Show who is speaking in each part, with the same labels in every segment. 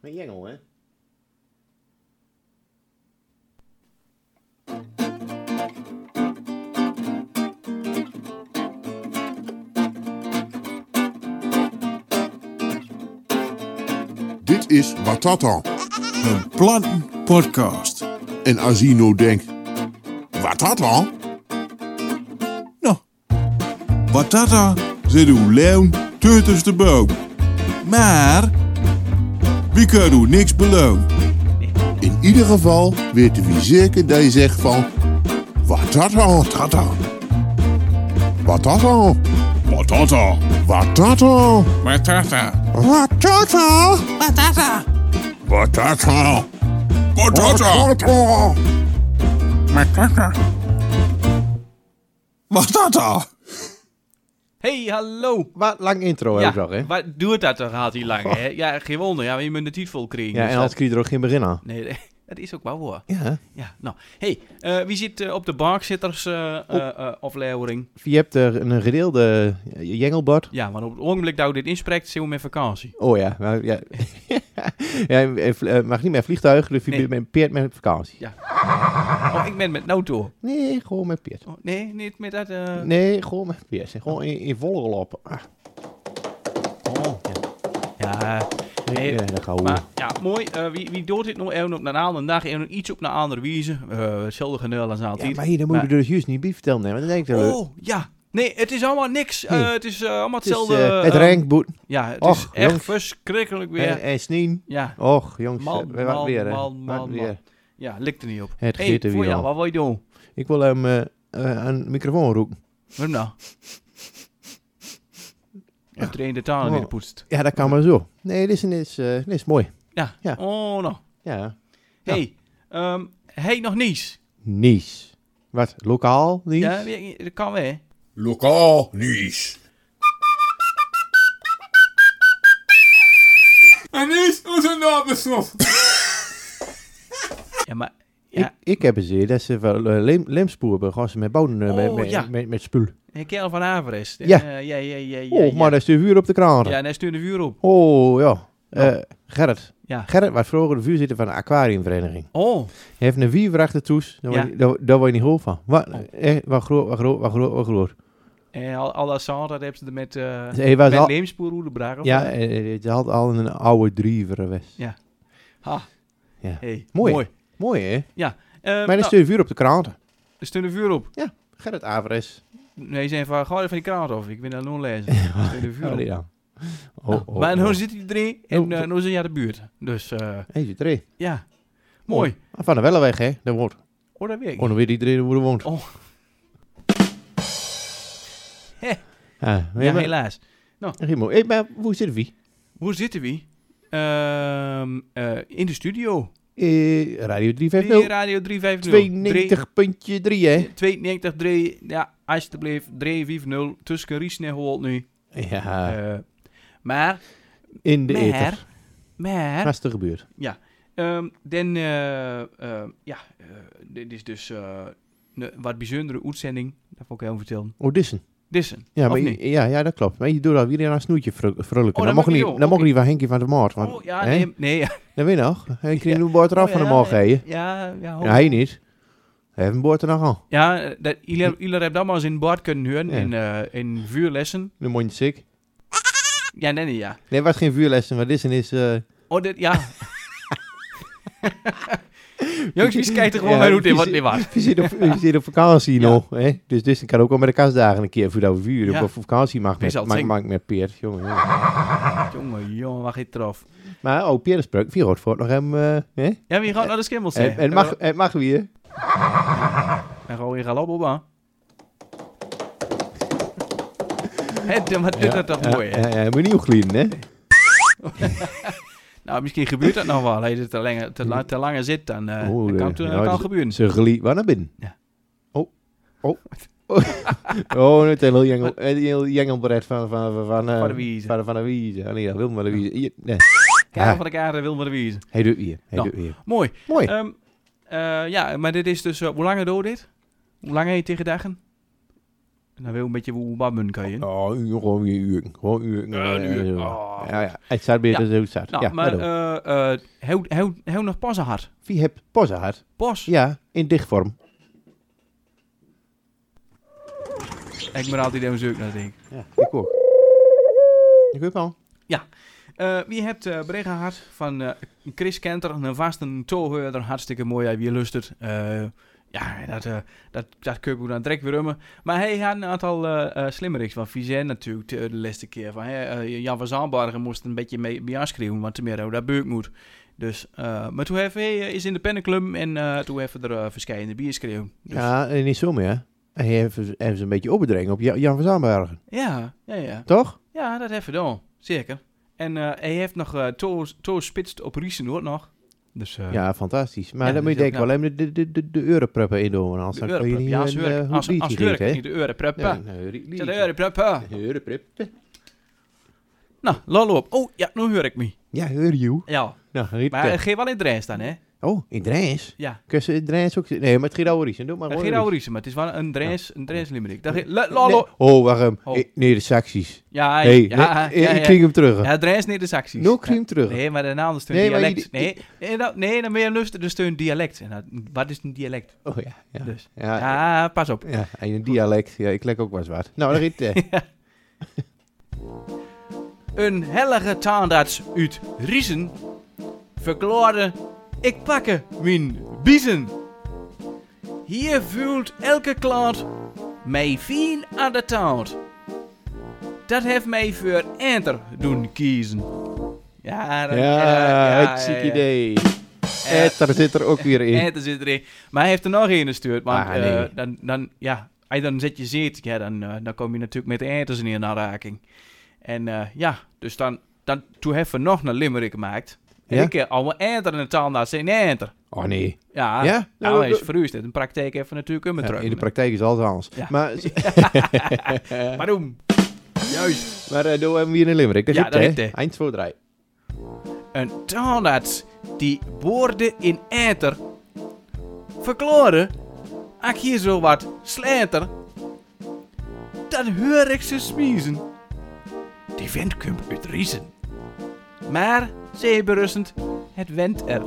Speaker 1: Een jengel, hè?
Speaker 2: Dit is Watata.
Speaker 3: Een plantenpodcast.
Speaker 2: En Asino denkt, Watata?
Speaker 3: Nou, Watata zit uw leeuw tussen de boom. Maar, wie kan u niks beloven?
Speaker 2: In ieder geval weten we zeker dat je zegt van, Watata,
Speaker 3: Watata.
Speaker 2: Watata,
Speaker 3: Watata.
Speaker 2: Watata,
Speaker 3: Watata.
Speaker 2: Watata,
Speaker 3: Watata.
Speaker 2: Watata,
Speaker 3: Watata.
Speaker 2: Watata.
Speaker 3: Watata. Watata.
Speaker 4: Hey, hallo.
Speaker 1: Wat lang intro ook nog, hè?
Speaker 4: Wat duurt dat toch altijd lang, hè? Ja, geen wonder. Ja, je moet de tijd vol krijgen.
Speaker 1: Ja,
Speaker 4: dus
Speaker 1: en
Speaker 4: dat-
Speaker 1: anders krijg je er ook geen begin aan.
Speaker 4: Nee, dat is ook wel waar.
Speaker 1: Ja.
Speaker 4: Ja, nou. Hey, wie zit op de Barkzitters aflevering?
Speaker 1: Je hebt er een gedeelde jengelbord.
Speaker 4: Ja, want op het ogenblik dat we dit inspreekt, zijn we met vakantie.
Speaker 1: Oh ja. Maar, ja. Ja, mag niet met vliegtuig, dus je
Speaker 4: Nee.
Speaker 1: bent peert met vakantie.
Speaker 4: Ja. Oh, ik ben met auto.
Speaker 1: Nee, gewoon met peert.
Speaker 4: Oh, nee, niet met dat...
Speaker 1: Nee, gewoon met peert. Gewoon in volle galop. Ah.
Speaker 4: Oh. Ja. Nee,
Speaker 1: Ja, dat gaan we.
Speaker 4: maar ja, mooi. Wie doet dit nog even op een andere dag? Even iets op een andere wijze. Hetzelfde genul als altijd.
Speaker 1: Ja, maar hier, dan moet je er dus juist niet bij vertellen. Nee, want dan denk ik dat
Speaker 4: Oh, ja. Nee, het is allemaal niks.
Speaker 1: Nee.
Speaker 4: Het is allemaal
Speaker 1: het is,
Speaker 4: hetzelfde.
Speaker 1: het renkboet.
Speaker 4: Ja, het
Speaker 1: Och,
Speaker 4: is echt
Speaker 1: jongens.
Speaker 4: verschrikkelijk weer.
Speaker 1: En snien.
Speaker 4: Ja,
Speaker 1: Och, jongens.
Speaker 4: Man,
Speaker 1: wat weer, hè.
Speaker 4: man.
Speaker 1: Wat weer.
Speaker 4: ja, likt er niet op.
Speaker 1: Het
Speaker 4: Hey,
Speaker 1: geeft er
Speaker 4: voor
Speaker 1: weer
Speaker 4: jou,
Speaker 1: al.
Speaker 4: wat wil je doen?
Speaker 1: Ik wil hem een microfoon roepen.
Speaker 4: Wat nou? Je hebt er een de talen
Speaker 1: Oh.
Speaker 4: weer gepoetst.
Speaker 1: Ja, dat kan maar zo. Nee, dit is mooi.
Speaker 4: Ja.
Speaker 1: Ja.
Speaker 4: Oh, nou.
Speaker 1: Ja.
Speaker 4: Hey, hey, nog niets.
Speaker 1: Nice. Wat? Lokaal? Nice?
Speaker 4: Ja, dat kan weer.
Speaker 3: Lokaal nieuws. En is onze nabestof.
Speaker 4: Ja, maar... Ja,
Speaker 1: Ik heb gezien dat ze wel limspoor begonnen ze met bouwen
Speaker 4: ja.
Speaker 1: met spul.
Speaker 4: een kerel van Averest.
Speaker 1: Ja.
Speaker 4: Ja.
Speaker 1: Oh, maar daar is de vuur op de kraan.
Speaker 4: Ja, en hij stuurde vuur op.
Speaker 1: Oh, ja.
Speaker 4: Ja.
Speaker 1: Gerrit.
Speaker 4: Ja.
Speaker 1: Gerrit was vroeger de vuurzitter van de aquariumvereniging.
Speaker 4: Oh,
Speaker 1: Hij heeft een viervrachter toes. Daar
Speaker 4: Ja.
Speaker 1: word je niet hoog van. Wat?
Speaker 4: Oh.
Speaker 1: Wat groot.
Speaker 4: en al dat zand, dat hebben ze er met,
Speaker 1: Hij was
Speaker 4: met
Speaker 1: al,
Speaker 4: leemspoorroede braken.
Speaker 1: ja, hij had al een oude driever geweest.
Speaker 4: Ha.
Speaker 1: Ja.
Speaker 4: Hey,
Speaker 1: Mooi. Mooi, hè? Maar dan
Speaker 4: nou,
Speaker 1: stuur je vuur op de kraan.
Speaker 4: er stuurde vuur op.
Speaker 1: Gerrit Averes.
Speaker 4: Nee, ze zijn van, ga even van die kraan af. Ik wil dat nog lezen. Er stuurde vuur op.
Speaker 1: Ja.
Speaker 4: Maar nu zit hij erin en
Speaker 1: Oh.
Speaker 4: nu zijn je aan de buurt. Dus,
Speaker 1: Eentje, drie.
Speaker 4: ja. Mooi.
Speaker 1: Van de Welleweg, hè? Dat wordt.
Speaker 4: Oh, dat weet ik
Speaker 1: Oh, dan weet iedereen hoe er woont.
Speaker 4: Oh.
Speaker 1: Ja,
Speaker 4: Ja, helaas.
Speaker 1: maar hoe zit wie?
Speaker 4: Hoe zitten we? In de studio.
Speaker 1: Radio 350.
Speaker 4: Radio 350.
Speaker 1: 92.3, hè?
Speaker 4: 92.3. Ja, alsjeblieft. 350. Tussen Ries en Holt nu.
Speaker 1: Ja,
Speaker 4: Maar,
Speaker 1: in de eter.
Speaker 4: maar,
Speaker 1: Wat is er gebeurd?
Speaker 4: dit is dus een wat bijzondere uitzending. Dat wil ik even vertellen.
Speaker 1: Audition.
Speaker 4: Dissen.
Speaker 1: Ja,
Speaker 4: Of
Speaker 1: maar
Speaker 4: niet?
Speaker 1: ja, dat klopt. Maar je doet alweer een snoetje vrolijker.
Speaker 4: Oh,
Speaker 1: dan
Speaker 4: dat
Speaker 1: mag
Speaker 4: mag
Speaker 1: niet,
Speaker 4: niet,
Speaker 1: dan mag
Speaker 4: oké.
Speaker 1: niet van Henkie van de Maart. Want,
Speaker 4: Oh, ja,
Speaker 1: hè?
Speaker 4: nee, ja.
Speaker 1: Dat weet je nog. Hij kreeg
Speaker 4: Ja.
Speaker 1: een boord eraf
Speaker 4: Oh,
Speaker 1: van de
Speaker 4: ja,
Speaker 1: morgen, hè?
Speaker 4: Ja,
Speaker 1: Ja, hij niet. Hij heeft een boord er nog aan.
Speaker 4: Ja, iedereen heeft dat maar eens in het bord kunnen horen.
Speaker 1: Ja.
Speaker 4: In vuurlessen.
Speaker 1: Nu moet je ziek.
Speaker 4: Ja, nee, ja.
Speaker 1: Nee, het was geen vuurlessen, maar dit is...
Speaker 4: Oh, dit, ja. Jongens, wie kijkt er gewoon
Speaker 1: Ja,
Speaker 4: naar hoe dit
Speaker 1: wie
Speaker 4: wat niet was.
Speaker 1: Je zit op vakantie
Speaker 4: Ja.
Speaker 1: nog, hè? Dus dit kan ook wel met de kastdagen een keer voordat we vuur
Speaker 4: Ja.
Speaker 1: op vakantie mag
Speaker 4: Wees
Speaker 1: met,
Speaker 4: altijd
Speaker 1: mag met Peert. Jongen.
Speaker 4: Jongen, wacht je eraf.
Speaker 1: Maar ook Peert spreekt 4 voor nog hem, hè?
Speaker 4: Ja, wie gaat naar de skimmels
Speaker 1: En het mag weer.
Speaker 4: En gewoon weer galop op, aan. Wat doet dat toch mooi, hè?
Speaker 1: Ja, moet niet opglieden, hè?
Speaker 4: Nou, misschien gebeurt dat nog wel. Als je te langer zit, dan
Speaker 1: Oeh,
Speaker 4: kan het
Speaker 1: nou,
Speaker 4: kan gebeuren.
Speaker 1: Ze glie waar naar binnen.
Speaker 4: Ja.
Speaker 1: Oh. Oh, het heel jengelbred van
Speaker 4: de Wiese.
Speaker 1: Van de Wiese. Ah, nee, dat wil maar de Wiese. Hier, nee.
Speaker 4: Karel
Speaker 1: Ja.
Speaker 4: van de Kaarten wil maar de wiezen.
Speaker 1: Hij doet weer.
Speaker 4: Nou. Mooi.
Speaker 1: Mooi.
Speaker 4: Ja, maar dit is dus... hoe lang door dit? Hoe lang heb je tegen dagen? Dan wil een beetje hoe babben kan je.
Speaker 1: Oh, gewoon weer uur. Gewoon uur.
Speaker 4: Een uur. Oh.
Speaker 1: Ja. Het staat beter
Speaker 4: Ja.
Speaker 1: dan het staat.
Speaker 4: Nou,
Speaker 1: Ja,
Speaker 4: maar
Speaker 1: daarom.
Speaker 4: heel nog passen hard.
Speaker 1: Wie hebt Pozzehard?
Speaker 4: Pos.
Speaker 1: Ja, in dichtvorm.
Speaker 4: Ik ben altijd even zoek naar denk.
Speaker 1: Ja, ik ook. Ik ook al.
Speaker 4: Wie hebt bericht gehad van Chris Kenter, een vaste toehoorder, hartstikke mooi, hij weer lustert. Dat kun je dan direct weer rummen. Maar hij had een aantal slimmeriks van Vizen natuurlijk de laatste keer. Van, Jan van Zandbergen moest een beetje mee bij aanschreeuwen, want meer dat beuk moet. Dus, maar toen heeft hij is in de pennenclub en toen heeft hij er verschillende bier schreeuwen. Dus,
Speaker 1: Ja, en niet zo meer. Hij heeft ze een beetje opgedrengen op Jan van Zandbergen.
Speaker 4: ja.
Speaker 1: Toch?
Speaker 4: Ja, dat heeft hij dan. Zeker. En hij heeft nog toespitst op Riesen hoor nog. Dus,
Speaker 1: Ja, fantastisch. Maar
Speaker 4: ja,
Speaker 1: dan
Speaker 4: dat
Speaker 1: moet je
Speaker 4: is
Speaker 1: denken,
Speaker 4: heel
Speaker 1: wel even de europreppen in doen. Anders
Speaker 4: de
Speaker 1: dan kun je
Speaker 4: Europrep.
Speaker 1: niet
Speaker 4: Ja, als hurk. Als hurk, niet de Europrep.
Speaker 1: Ja,
Speaker 4: De Europrep.
Speaker 1: Europrep.
Speaker 4: Nou, lol op. Oh, ja, nu hoor ik me.
Speaker 1: Ja, hoor je.
Speaker 4: Ja,
Speaker 1: Nou, Riet.
Speaker 4: maar geef wel in Drijs dan, hè?
Speaker 1: Oh, in Drijs?
Speaker 4: Ja.
Speaker 1: Kun je in Drijs ook... Nee, maar het gaat over Riesen. Doe maar
Speaker 4: Geen
Speaker 1: gewoon
Speaker 4: oude Riesen, maar het is wel een Drijs limerick.
Speaker 1: Nee.
Speaker 4: Lol.
Speaker 1: Oh, waarom?
Speaker 4: Oh.
Speaker 1: Nee, de Saxies.
Speaker 4: Ja,
Speaker 1: Hey,
Speaker 4: ja.
Speaker 1: ik kreeg hem terug.
Speaker 4: Ja, Drijs niet de Saxies.
Speaker 1: No, ik kreeg hem terug.
Speaker 4: Nee, maar daarna is het een
Speaker 1: Nee, maar
Speaker 4: dialect.
Speaker 1: die-
Speaker 4: Nee, dan ben je lustig, dus een dialect. En wat is een dialect?
Speaker 1: Oh ja, ja.
Speaker 4: Dus,
Speaker 1: Ja,
Speaker 4: ja, pas op.
Speaker 1: ja, en een dialect. Ja, ik lek ook wel zwart. Nou, dat Riet.
Speaker 4: Een hellige tandarts uit Riesen verklaarde: ik pakke mijn biezen. Hier voelt elke klant mij fijn aan de taart. Dat heeft mij voor enter doen kiezen. Ja,
Speaker 1: het ziek idee. Daar zit er ook weer in.
Speaker 4: Enter zit erin. Maar hij heeft er nog een gestuurd. Want
Speaker 1: Ah, nee.
Speaker 4: als je dan zet je zit, ja, dan kom je natuurlijk met de enters in aanraking. En dus dan toen heeft we nog een limerick gemaakt. En
Speaker 1: Ja?
Speaker 4: ik heb allemaal enter in de taal, dat zijn enter.
Speaker 1: Oh nee.
Speaker 4: Ja,
Speaker 1: Ja?
Speaker 4: nou, hij is verhuisd. In de praktijk even natuurlijk kunnen
Speaker 1: Ja,
Speaker 4: terug.
Speaker 1: in de praktijk is alles anders.
Speaker 4: Ja.
Speaker 1: Maar,
Speaker 4: Waarom? Juist.
Speaker 1: maar doen we weer een limerick. Dat
Speaker 4: Ja,
Speaker 1: is
Speaker 4: dat
Speaker 1: het,
Speaker 4: is
Speaker 1: hè?
Speaker 4: het.
Speaker 1: Eind 2, 3.
Speaker 4: Een tandarts die boorde in enter verklaren, ik hier zo wat slijter, dan hoor ik ze smiezen. Die wind komt uit Riesen. Maar, zei berustend, het went er.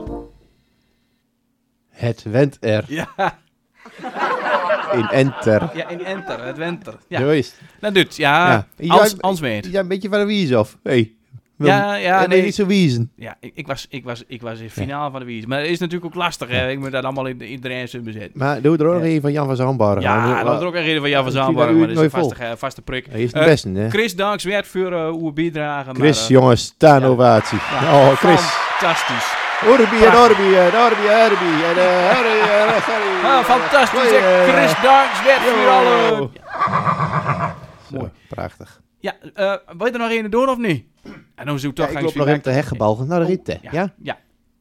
Speaker 1: Het went er.
Speaker 4: Ja,
Speaker 1: In enter.
Speaker 4: ja, in enter, het went er.
Speaker 1: Zo
Speaker 4: Ja,
Speaker 1: is het.
Speaker 4: dat doet, ja,
Speaker 1: Ja.
Speaker 4: als weet.
Speaker 1: Ja, een beetje van de wies af. Hey.
Speaker 4: Ja,
Speaker 1: nee.
Speaker 4: nee.
Speaker 1: Niet zo wiezen.
Speaker 4: Ja, ik was in het finale van de wies. Maar het is natuurlijk ook lastig, hè. Ik moet dat allemaal in iedereen zijn bezet.
Speaker 1: Maar doe er ook nog een van Jan van Zandbergen.
Speaker 4: Ja, dat is er ook een reden van Jan van
Speaker 1: Ik zie
Speaker 4: Zandbergen,
Speaker 1: dat
Speaker 4: maar
Speaker 1: u
Speaker 4: dat is een
Speaker 1: nooit
Speaker 4: vaste prik.
Speaker 1: Hij is de beste, hè?
Speaker 4: Chris, dank weer voor uw bijdrage.
Speaker 1: Chris,
Speaker 4: maar,
Speaker 1: jongens, staan ovatie.
Speaker 4: ja,
Speaker 1: Oh, Chris.
Speaker 4: Fantastisch.
Speaker 1: Orbi en Orbi en Orbi en Orbi en Orbi.
Speaker 4: Ah, fantastisch. Chris, dank weer voor alle...
Speaker 1: Mooi. Prachtig.
Speaker 4: Ja, wil je er nog een doen of niet? En dan zoek
Speaker 1: Ja,
Speaker 4: toch
Speaker 1: ik loop nog even te heggebalgen. Nou, dat rit, hè? Ja?
Speaker 4: Ja.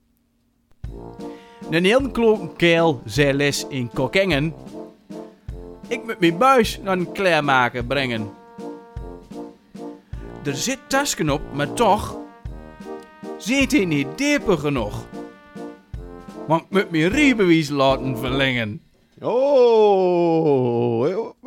Speaker 4: Een heel kloke kerel zei les in Kokkengen. Ik moet mijn buis naar een klaarmaker brengen. Er zit tasken op, maar toch zit hij niet dieper genoeg. Want ik moet mijn rijbewijs laten verlengen.
Speaker 1: Oh.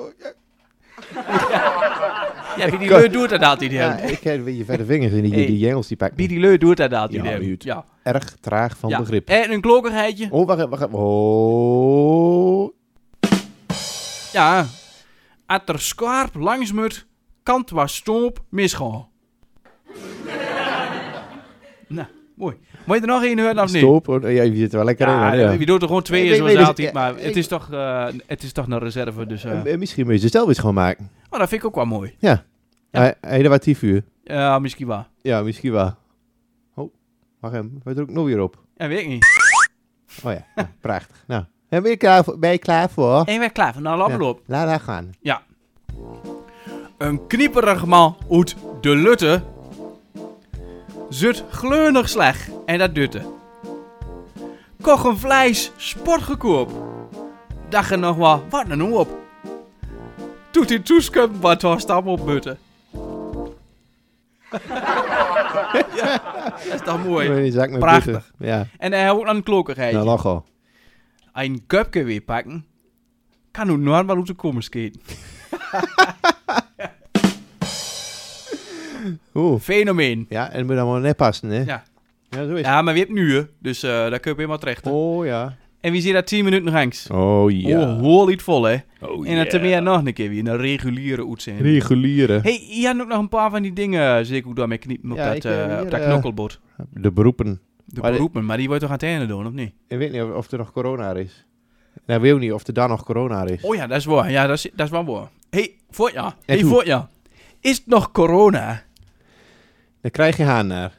Speaker 4: Ja, wie die leu doet dat altijd.
Speaker 1: Ja,
Speaker 4: Ja,
Speaker 1: ik heb een beetje verder vingers in die,
Speaker 4: Hey.
Speaker 1: die jengels die pakken.
Speaker 4: wie die leu doet dat altijd.
Speaker 1: Ja,
Speaker 4: Ja,
Speaker 1: Ruud.
Speaker 4: ja.
Speaker 1: Erg traag van
Speaker 4: Ja.
Speaker 1: begrip.
Speaker 4: En een klokkerheidje.
Speaker 1: Oh, wacht. Oh.
Speaker 4: Ja, als er scherp langs moet, kan het wat stoop misgaan. Nou, mooi. Moet je er nog één horen of niet?
Speaker 1: Stop. Ja, je zit er wel lekker
Speaker 4: Ja,
Speaker 1: in. hè,
Speaker 4: wie doet er gewoon twee
Speaker 1: Ik
Speaker 4: zoals
Speaker 1: weet het,
Speaker 4: altijd,
Speaker 1: ja,
Speaker 4: maar
Speaker 1: ik-
Speaker 4: het is toch een reserve, dus...
Speaker 1: Misschien moet je ze zelf eens gewoon maken.
Speaker 4: Maar dat vind ik ook wel mooi.
Speaker 1: Ja.
Speaker 4: Ja.
Speaker 1: Hij wat die vuur.
Speaker 4: Ja, misschien wel.
Speaker 1: Ja, misschien wel. Oh, wacht hem. Wat er ook nog weer op?
Speaker 4: Ja, weet ik niet.
Speaker 1: Oh ja, nou, prachtig. Nou, ben je klaar voor?
Speaker 4: En weer klaar, nou laat maar
Speaker 1: Ja.
Speaker 4: op.
Speaker 1: Laat haar gaan.
Speaker 4: Ja. Een knieperig man uit de Lutte zit gleunig slecht en dat dutte. Koch een vlees sportgekoop. Dacht er nog wel, wat nou op? Doet hij toeskumt wat was stam op butten. Ja, dat is toch mooi.
Speaker 1: Die zak met
Speaker 4: Prachtig.
Speaker 1: butter. Ja,
Speaker 4: En hij houdt aan een klokkerheidje.
Speaker 1: nou lach al.
Speaker 4: Een cupje weer pakken, kan nu nog wel uit de komen sketen.
Speaker 1: Oeh.
Speaker 4: Fenomeen.
Speaker 1: Ja, en het moet allemaal net passen, hè?
Speaker 4: Ja.
Speaker 1: Ja, zo is
Speaker 4: Ja, maar wie hebt nu, hè? Dus daar kun je helemaal terecht.
Speaker 1: het. Oh, ja.
Speaker 4: En wie zit daar 10 minuten langs?
Speaker 1: Oh, ja.
Speaker 4: Oh, hoor iets vol, hè?
Speaker 1: Oh,
Speaker 4: En dan terwijl nog een keer weer een reguliere uitzending.
Speaker 1: Reguliere.
Speaker 4: Hey, je had ook nog een paar van die dingen, zeker ook daarmee kniepen op
Speaker 1: Ja,
Speaker 4: dat,
Speaker 1: ik heb hier,
Speaker 4: op dat knokkelbord.
Speaker 1: De beroepen.
Speaker 4: De
Speaker 1: Maar
Speaker 4: beroepen, maar die wordt toch aan het einde doen, of niet?
Speaker 1: Ik weet niet of er nog corona is. Nou, ik weet ook niet of er daar nog corona is.
Speaker 4: Oh ja, dat is waar. Ja, dat is wel waar. Hey, Voortja.
Speaker 1: En toe.
Speaker 4: Voortja. Is het nog corona?
Speaker 1: Dan krijg je haan naar.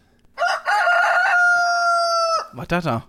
Speaker 4: Wat dat dan?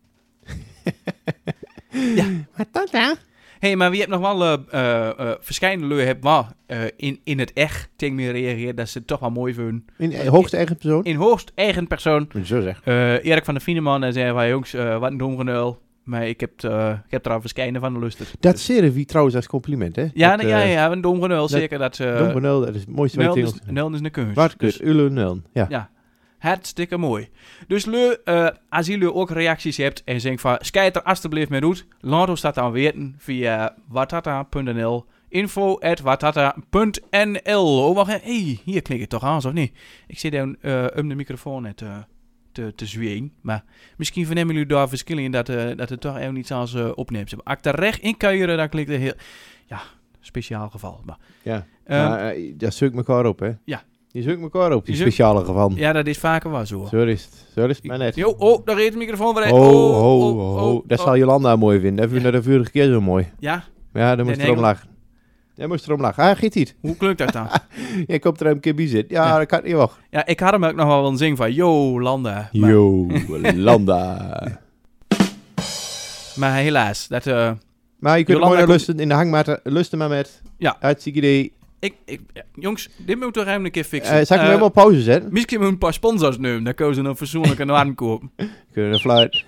Speaker 1: Wat dat dan?
Speaker 4: Hey, maar wie hebt nog wel verschillende lui hebben wel in het echt tegen me reageerd dat ze het toch wel mooi vinden.
Speaker 1: In hoogste eigen persoon?
Speaker 4: In hoogst eigen persoon.
Speaker 1: Moet je zo zeggen.
Speaker 4: Erik van der Vieneman en zei van jongens, wat een domgenul. Maar ik heb er al verschillende van de lusten.
Speaker 1: Dat zeer wie trouwens als compliment, hè?
Speaker 4: Ja,
Speaker 1: dat,
Speaker 4: ja, een domgenul. Zeker dat...
Speaker 1: Dompe nul, dat is het mooiste wat je tegen ons...
Speaker 4: Nul is een kunst.
Speaker 1: Wat
Speaker 4: Dus-
Speaker 1: kut, ulle nul. Ja.
Speaker 4: Ja, hartstikke mooi. Dus als jullie ook reacties hebt en denkt van, skijt er alsjeblieft mee doet, laat ons dat dan weten via watata.nl, info@watata.nl. Oh, wacht, hey, hier klinkt het toch aan, of niet? Ik zit dan om de microfoon net te zween, maar misschien vernemen jullie daar verschillen in dat het toch even iets als opneemt. Als ik daar recht in kuieren, dan klinkt het heel, ja, speciaal geval. Maar,
Speaker 1: Ja.
Speaker 4: Ehm,
Speaker 1: Maar dat zoekt elkaar op, hè?
Speaker 4: Ja.
Speaker 1: Die zoekt elkaar op, die
Speaker 4: Die zoekt-
Speaker 1: speciale geval.
Speaker 4: ja, dat is vaker wel zo.
Speaker 1: Zo is het. Zo is het maar net.
Speaker 4: Jo, oh, daar reed de microfoon weer.
Speaker 1: Dat zal Jolanda mooi vinden. Dat vind ik de vorige keer zo mooi.
Speaker 4: Ja,
Speaker 1: Ja, dan moest
Speaker 4: Nee,
Speaker 1: je erom lachen. Jij moest erom lachen. Ah, giet niet.
Speaker 4: hoe klinkt dat dan?
Speaker 1: Je komt er een keer bij zitten. Ja,
Speaker 4: Ja.
Speaker 1: dat kan niet wachten.
Speaker 4: Ja, ik had hem ook nog wel willen zingen van, yo, Landa. Maar,
Speaker 1: Yo, Landa.
Speaker 4: maar helaas, dat,
Speaker 1: Maar je kunt
Speaker 4: Jolanda
Speaker 1: mooi naar
Speaker 4: komt-
Speaker 1: lusten in de hangmat. Lusten maar met.
Speaker 4: Ja.
Speaker 1: Hartstikke idee.
Speaker 4: jongens, dit moet toch even een keer fixen.
Speaker 1: Zal ik hem helemaal op pauze zetten?
Speaker 4: Misschien moet een paar sponsors nemen, dan kunnen ze een fatsoenlijke naam kopen.
Speaker 1: Kunnen we fluit.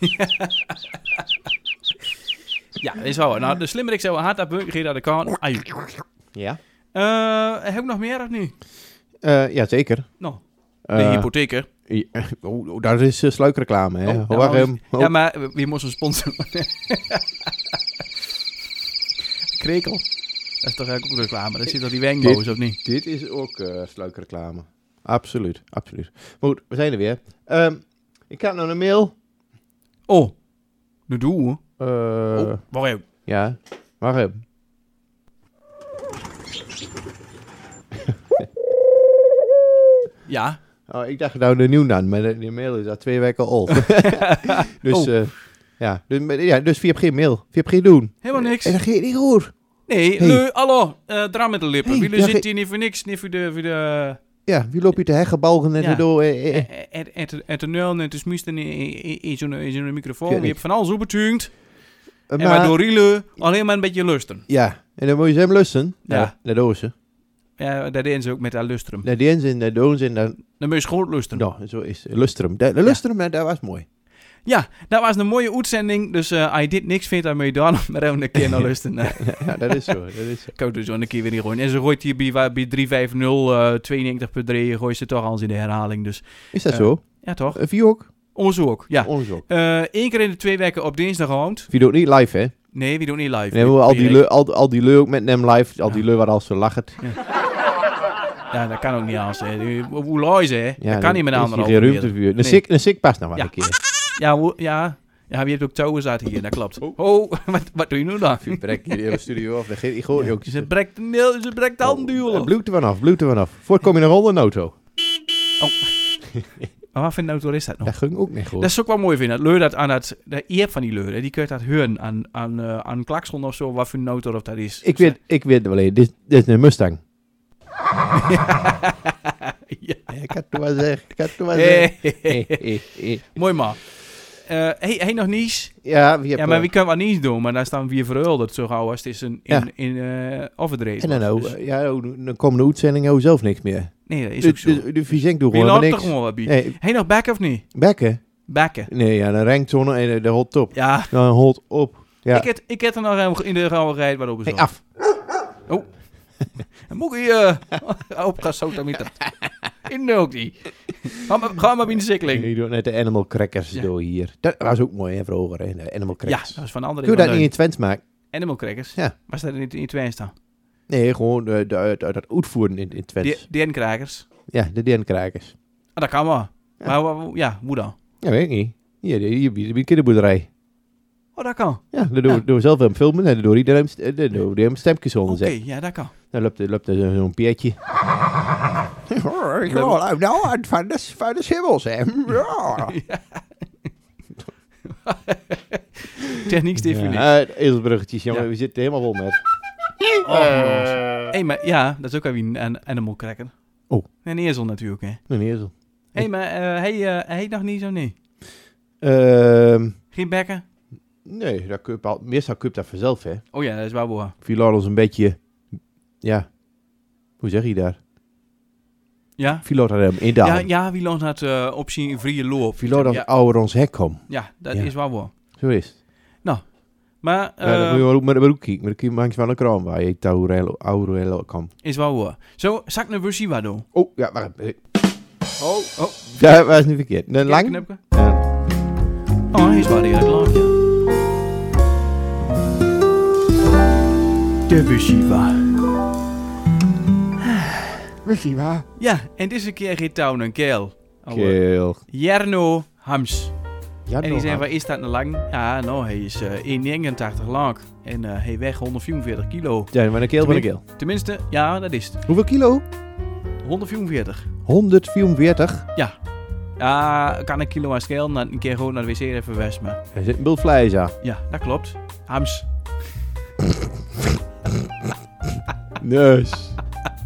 Speaker 4: Ja, dat is wel. Nou, de slimmerik zou hard dat burger dat de kan. Aju.
Speaker 1: Ja.
Speaker 4: Heb ik nog meer of niet?
Speaker 1: Ja, zeker.
Speaker 4: Nou, de hypotheker.
Speaker 1: Dat is sluikreclame, hè?
Speaker 4: Oh,
Speaker 1: Wacht
Speaker 4: ja,
Speaker 1: hem.
Speaker 4: ja, maar wie moest een sponsor? Krekel. Dat is toch eigenlijk ook reclame? Dat zit toch die wenkboos, of niet?
Speaker 1: Dit is ook sluikreclame. Absoluut, absoluut. Maar goed, we zijn er weer. Ik had nog een mail.
Speaker 4: Oh, nu doe we. Wacht even.
Speaker 1: Ja, wacht even.
Speaker 4: Ja.
Speaker 1: Oh, ik dacht nou de nieuw dan, maar de mail is al 2 weken oud. Dus,
Speaker 4: Oh.
Speaker 1: dus je hebt geen mail. Je hebt geen doen.
Speaker 4: Helemaal niks.
Speaker 1: En dat gaat niet goed.
Speaker 4: Nee,
Speaker 1: Hey.
Speaker 4: leu, hallo, dra met de lippen.
Speaker 1: Hey,
Speaker 4: Jullie
Speaker 1: ja,
Speaker 4: zitten hier niet voor niks, niet voor de
Speaker 1: Ja, wie loop je te heggenbalgen en
Speaker 4: Ja.
Speaker 1: door.
Speaker 4: en te nullen en te smisten in zo'n microfoon.
Speaker 1: Ja,
Speaker 4: Je
Speaker 1: niet.
Speaker 4: hebt van alles opbetuigd. En
Speaker 1: Maar,
Speaker 4: waardoor Riele alleen maar een beetje lusten.
Speaker 1: ja, en dan moet je ze hem lusten.
Speaker 4: Ja.
Speaker 1: Naar dozen.
Speaker 4: Ja, dat deden ze ook met dat lustrum.
Speaker 1: Naar die en naar dozen en dan...
Speaker 4: Dan moet je gewoon lusten.
Speaker 1: Nou, zo is het. Lustrum. De lustrum, dat was mooi.
Speaker 4: Ja, dat was een mooie uitzending. Dus als je dit niks vindt, dan moet je dan maar even een keer naar lusten.
Speaker 1: Ja, dat is zo. Dat is zo.
Speaker 4: Ik hoop dus zo een keer weer niet gooien. En ze gooit hier bij 350 92.3 gooit ze toch al in de herhaling. Dus
Speaker 1: Is dat zo?
Speaker 4: ja, toch?
Speaker 1: Wie ook?
Speaker 4: Ons ook, ja.
Speaker 1: Ons ook.
Speaker 4: 1 keer in de 2 weken op dinsdagavond.
Speaker 1: Wie doet niet live, hè?
Speaker 4: Nee, we doen niet live.
Speaker 1: Nee, maar al die leu ook met hem live. Al die leu waar als ze lachen.
Speaker 4: Ja, dat kan ook niet anders. Hè. Hoe lui ze, hè?
Speaker 1: Ja,
Speaker 4: dat kan niet met
Speaker 1: dan
Speaker 4: een
Speaker 1: is
Speaker 4: andere
Speaker 1: hier geen ruimte voor. Een sik past nog wel
Speaker 4: Ja.
Speaker 1: een keer.
Speaker 4: Ja, wie hebt ook touwen zat hier, dat klopt. Oh, wat doe je nu dan?
Speaker 1: Je brekt hier de hele studio af. Dat geeft niet goed, jongens.
Speaker 4: Ze brekt de handduwen.
Speaker 1: Bloed er vanaf. Voort kom je nog onder een auto.
Speaker 4: Maar wat vindt auto is dat nog?
Speaker 1: Dat ging ook niet goed.
Speaker 4: Dat is ook wel mooi vinden. Dat leur dat aan dat... Je hebt van die leur, hè, die kun je dat horen aan klakson of zo, wat voor een auto of dat is.
Speaker 1: Ik weet wel even. Dit is een Mustang.
Speaker 4: Ja.
Speaker 1: Ik kan het wel zeggen.
Speaker 4: Mooi man. Hey, nog niets?
Speaker 1: Ja, wie hebt...
Speaker 4: Ja, maar wie kan wat niets doen? Maar daar staan we verhuldigd zo gauw als het is in overdreven.
Speaker 1: En dan,
Speaker 4: Dus-
Speaker 1: dan komen de uitzendingen ook zelf niks meer.
Speaker 4: nee, dat is ook zo.
Speaker 1: De fysiek doet
Speaker 4: Wie
Speaker 1: gewoon
Speaker 4: laat
Speaker 1: maar
Speaker 4: toch
Speaker 1: niks.
Speaker 4: gewoon wat bij?
Speaker 1: Nee,
Speaker 4: Hey, nog back of niet?
Speaker 1: bekken?
Speaker 4: Backen.
Speaker 1: Nee, ja, dan renkt zo'n en de hot op.
Speaker 4: Ja,
Speaker 1: Dan hot op. Ja.
Speaker 4: ik heb er nog in de rauwe rijd wat op
Speaker 1: Hey,
Speaker 4: is.
Speaker 1: af.
Speaker 4: Dan moet je op gaan zouten met dat. In de ook die. Ga maar binnen de sikkeling.
Speaker 1: Je doet net de animal crackers
Speaker 4: Ja.
Speaker 1: door hier. Dat was ook mooi, hè, vroeger. Hè? De animal
Speaker 4: Ja,
Speaker 1: crackers.
Speaker 4: dat is van andere.
Speaker 1: Kun je dat niet in Twents maken?
Speaker 4: Animal crackers?
Speaker 1: Ja.
Speaker 4: Was dat in Twente staan?
Speaker 1: Nee, gewoon dat uitvoeren in Twente.
Speaker 4: DN-krakers.
Speaker 1: Ja, de DN-krakers.
Speaker 4: Ah, dat kan wel.
Speaker 1: Ja.
Speaker 4: Maar hoe dan?
Speaker 1: Ja, weet ik niet. Hier bij de kinderboerderij.
Speaker 4: Oh, dat kan.
Speaker 1: Ja, dan doen we zelf hem filmen en dan doe je hem stemmetjes onder
Speaker 4: Oké,
Speaker 1: zetten.
Speaker 4: ja, dat kan.
Speaker 1: Dan loopt er zo'n Pietje. Ik wil nou van de schimmels, hè.
Speaker 4: Techniek Stefanie.
Speaker 1: Ja, ezelbruggetjes, jongen.
Speaker 4: Ja.
Speaker 1: We zitten helemaal vol met.
Speaker 4: Hé, maar ja, dat is ook weer een animal cracker.
Speaker 1: Oh.
Speaker 4: En een ezel natuurlijk, hè.
Speaker 1: Een ezel.
Speaker 4: Hé, maar hij nog niet zo, nee. Geen bekken?
Speaker 1: Nee, meestal kun je dat vanzelf, hè.
Speaker 4: Oh ja, dat is wel waar.
Speaker 1: Vilar ons een beetje... Ja. Hoe zeg je daar?
Speaker 4: Ja?
Speaker 1: Vilar had hem indalen.
Speaker 4: Ja, wie langs had op zijn vrije loop.
Speaker 1: Vilar als
Speaker 4: ja.
Speaker 1: ouder ons hek kwam.
Speaker 4: Ja, dat
Speaker 1: Ja.
Speaker 4: is wel waar.
Speaker 1: Zo is het.
Speaker 4: Maar,
Speaker 1: Ja, dan moet je wel ook met de broek kijken. Maar dan kun je langs van een kraan waar je Aurello kan.
Speaker 4: is wel waar. Zo, zak een versie wat doen.
Speaker 1: Oh, ja, wacht even.
Speaker 4: Oh.
Speaker 1: Ja, dat was niet verkeerd. Een lang?
Speaker 4: Knipke.
Speaker 1: Ja.
Speaker 4: Oh, hij is wel redelijk lang, ja. De Bushiva.
Speaker 3: Bushiva.
Speaker 4: Ja, en deze keer gaat touw een keel.
Speaker 1: Keel.
Speaker 4: Jarno Hams.
Speaker 1: Ja,
Speaker 4: En die zei, waar is dat nou lang? Ja, nou, hij is 1,89 lang. En hij weegt 144 kilo.
Speaker 1: Ja, maar een keel van een keel.
Speaker 4: Tenminste, ja, dat is het.
Speaker 1: Hoeveel kilo?
Speaker 4: 144.
Speaker 1: 144.
Speaker 4: Ja, kan een kilo aan schelen. Dan een keer gewoon naar de wc even weg. Maar
Speaker 1: Er zit een bult vlees aan.
Speaker 4: ja, dat klopt. Hams.
Speaker 1: Neus.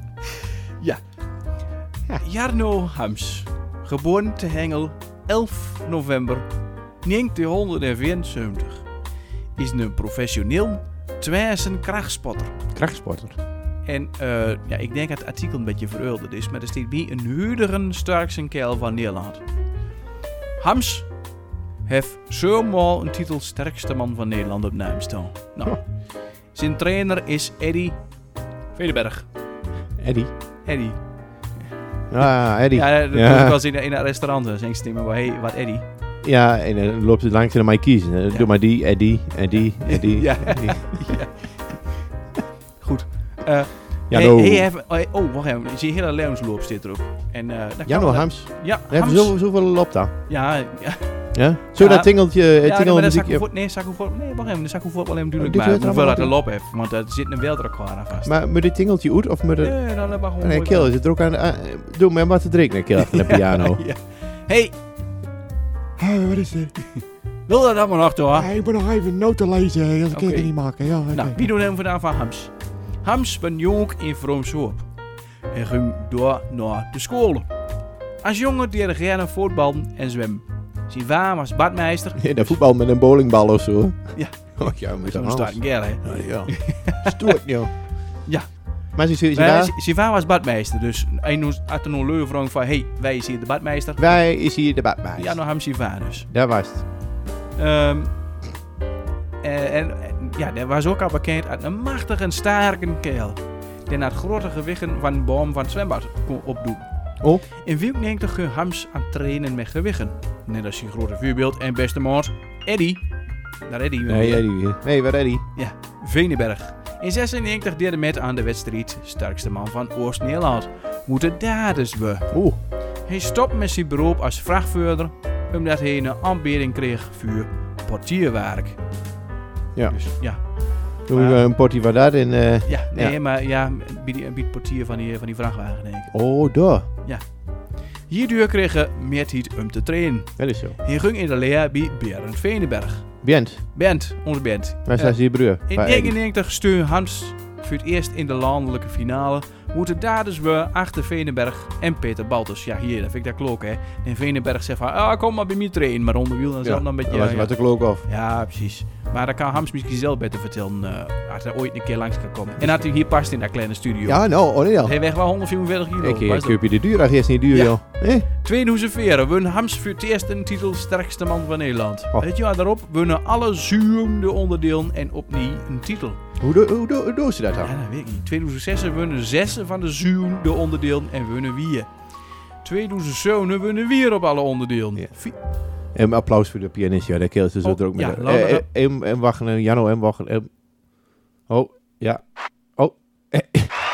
Speaker 4: Jarno Hams. Geboren te Hengel 11 november 1974. Is een professioneel Twijsen krachtspotter.
Speaker 1: Krachtsporter.
Speaker 4: En ja, ik denk dat het artikel een beetje verouderd is, maar er staat bij een huurdere sterkste kerel van Nederland. Hams heeft zomaar een titel sterkste man van Nederland op naam staan. Nou, zijn trainer is Eddy Vedenberg.
Speaker 1: Eddie.
Speaker 4: Eddy.
Speaker 1: Ah, Eddie.
Speaker 4: Ja, dat
Speaker 1: Ja.
Speaker 4: doe ik wel eens in een restaurant. Dan zeg ik tegen me, hey, wat Eddy?
Speaker 1: Ja, en dan loopt het langs naar mij kiezen.
Speaker 4: Ja.
Speaker 1: Doe maar die, Eddie.
Speaker 4: Ja. Ja. Goed.
Speaker 1: Ja,
Speaker 4: Hey,
Speaker 1: no.
Speaker 4: wacht even. Zijn hele levensloop zit erop. En, dat kan
Speaker 1: Jano
Speaker 4: wel-
Speaker 1: Hams.
Speaker 4: Ja,
Speaker 1: Hij heeft
Speaker 4: Hams.
Speaker 1: zoveel lop dan.
Speaker 4: Ja.
Speaker 1: Ja? Zo
Speaker 4: Ja.
Speaker 1: dat tingeltje,
Speaker 4: Ja,
Speaker 1: tingelmuziekje.
Speaker 4: maar dat zak ik voor... Nee, wacht even. Dat zak ik voor wel even duidelijk
Speaker 1: Dit
Speaker 4: maken.
Speaker 1: weet er
Speaker 4: Hoeveel dat de
Speaker 1: allemaal
Speaker 4: lop heeft. Want er zit een wereldrecord aan vast.
Speaker 1: Maar moet dit tingeltje uit of moet het...
Speaker 4: Nee, dan hebben we gewoon...
Speaker 1: Nee,
Speaker 4: mooi-
Speaker 1: kill, is het er ook aan... Doe maar wat te drinken, een keer achter de piano.
Speaker 4: Ja. Hey,
Speaker 3: Hey, wat is dit?
Speaker 4: wil dat allemaal nog door?
Speaker 3: Hey, ik ben nog even noten lezen. Dat kan
Speaker 4: Oké.
Speaker 3: ik niet maken. Ja, oké.
Speaker 4: Nou, wie doen hem vandaan van Hams? Hams ben jong in Vroomshoop. Hij ging door naar de school. Als jongen deed hij gerne voetballen en zwemmen. Zijn vader was badmeester.
Speaker 1: Ja, dat voetbal met een bowlingbal of zo.
Speaker 4: Ja.
Speaker 1: Oh ja, moet
Speaker 4: Zo'n
Speaker 1: dat
Speaker 4: start een hè.
Speaker 1: Ja. Stoort, joh.
Speaker 4: Ja.
Speaker 1: Maar ze
Speaker 4: Maar
Speaker 1: waar?
Speaker 4: zijn vader was badmeester. Dus hij had een leuke vraag van... Hey, wij is hier de badmeester.
Speaker 1: Wij is hier de badmeester.
Speaker 4: Ja, nou Hams zijn vader dus.
Speaker 1: Daar was het.
Speaker 4: En ja, dat was ook al bekend als een machtige, sterke kerel. Die naar het grote gewichten van een boom van het zwembad kon opdoen.
Speaker 1: Oh.
Speaker 4: In 94 ging Hams aan het trainen met gewichten. Net als zijn grote vuurbeeld en beste maat, Eddy. Daar Eddy.
Speaker 1: Nee, Eddie weer. Nee, waar Eddie?
Speaker 4: Ja, Veneberg. In 96 deed hij met aan de wedstrijd sterkste man van Oost-Nederland. Moeten daar dus we.
Speaker 1: Oeh.
Speaker 4: Hij stopt met zijn beroep als vrachtvoerder, omdat hij een aanbieding kreeg voor portierwerk.
Speaker 1: Ja.
Speaker 4: Dus ja.
Speaker 1: Doe we een potje van dat en...
Speaker 4: Ja, nee,
Speaker 1: Ja.
Speaker 4: maar ja, biedt portier van die vrachtwagen, denk ik.
Speaker 1: Oh, daar.
Speaker 4: Hierdoor kreeg hij meer tijd om te trainen.
Speaker 1: Dat is zo.
Speaker 4: Hij ging in de leer bij Berend Veneberg.
Speaker 1: Bent.
Speaker 4: Bent, onze band.
Speaker 1: Waar staat die broer?
Speaker 4: In
Speaker 1: Waar Eddie?
Speaker 4: 1999 steun Hans voor het eerst in de landelijke finale. Moeten daar dus we achter Veneberg en Peter Baltus. Ja, hier, dat vind ik dat klok, hè. En Veneberg zegt van, kom maar bij mij trainen. Maar onder wiel dan zelf dan een beetje...
Speaker 1: dat was
Speaker 4: ja.
Speaker 1: wat de klok af.
Speaker 4: Ja, precies. Maar dan kan Hans misschien zelf beter vertellen als hij ooit een keer langs kan komen. En dat hij hier past in dat kleine studio.
Speaker 1: Ja, nou, oh nee al.
Speaker 4: Hij weegt wel 144 kilo.
Speaker 1: Ik
Speaker 4: Was dat-
Speaker 1: koop je de duur, is niet duur,
Speaker 4: Ja.
Speaker 1: joh. Eh?
Speaker 4: 2004 won Hams voor het eerst een titel sterkste man van Nederland.
Speaker 1: Oh.
Speaker 4: Het jaar daarop wonnen alle zuurende onderdelen en opnieuw een titel.
Speaker 1: Hoe doen ze dat dan?
Speaker 4: Ja, dat weet ik niet. 2006 wonnen 6 van de zuurende onderdelen en wonnen 4. 2007 wonnen 4 op alle onderdelen.
Speaker 1: Ja. En applaus voor de pianist, ja, dat keelt ze zo
Speaker 4: Oh,
Speaker 1: er ook
Speaker 4: ja,
Speaker 1: met.
Speaker 4: laten we-
Speaker 1: En wachten, Janno en wachten. Oh, ja. Oh.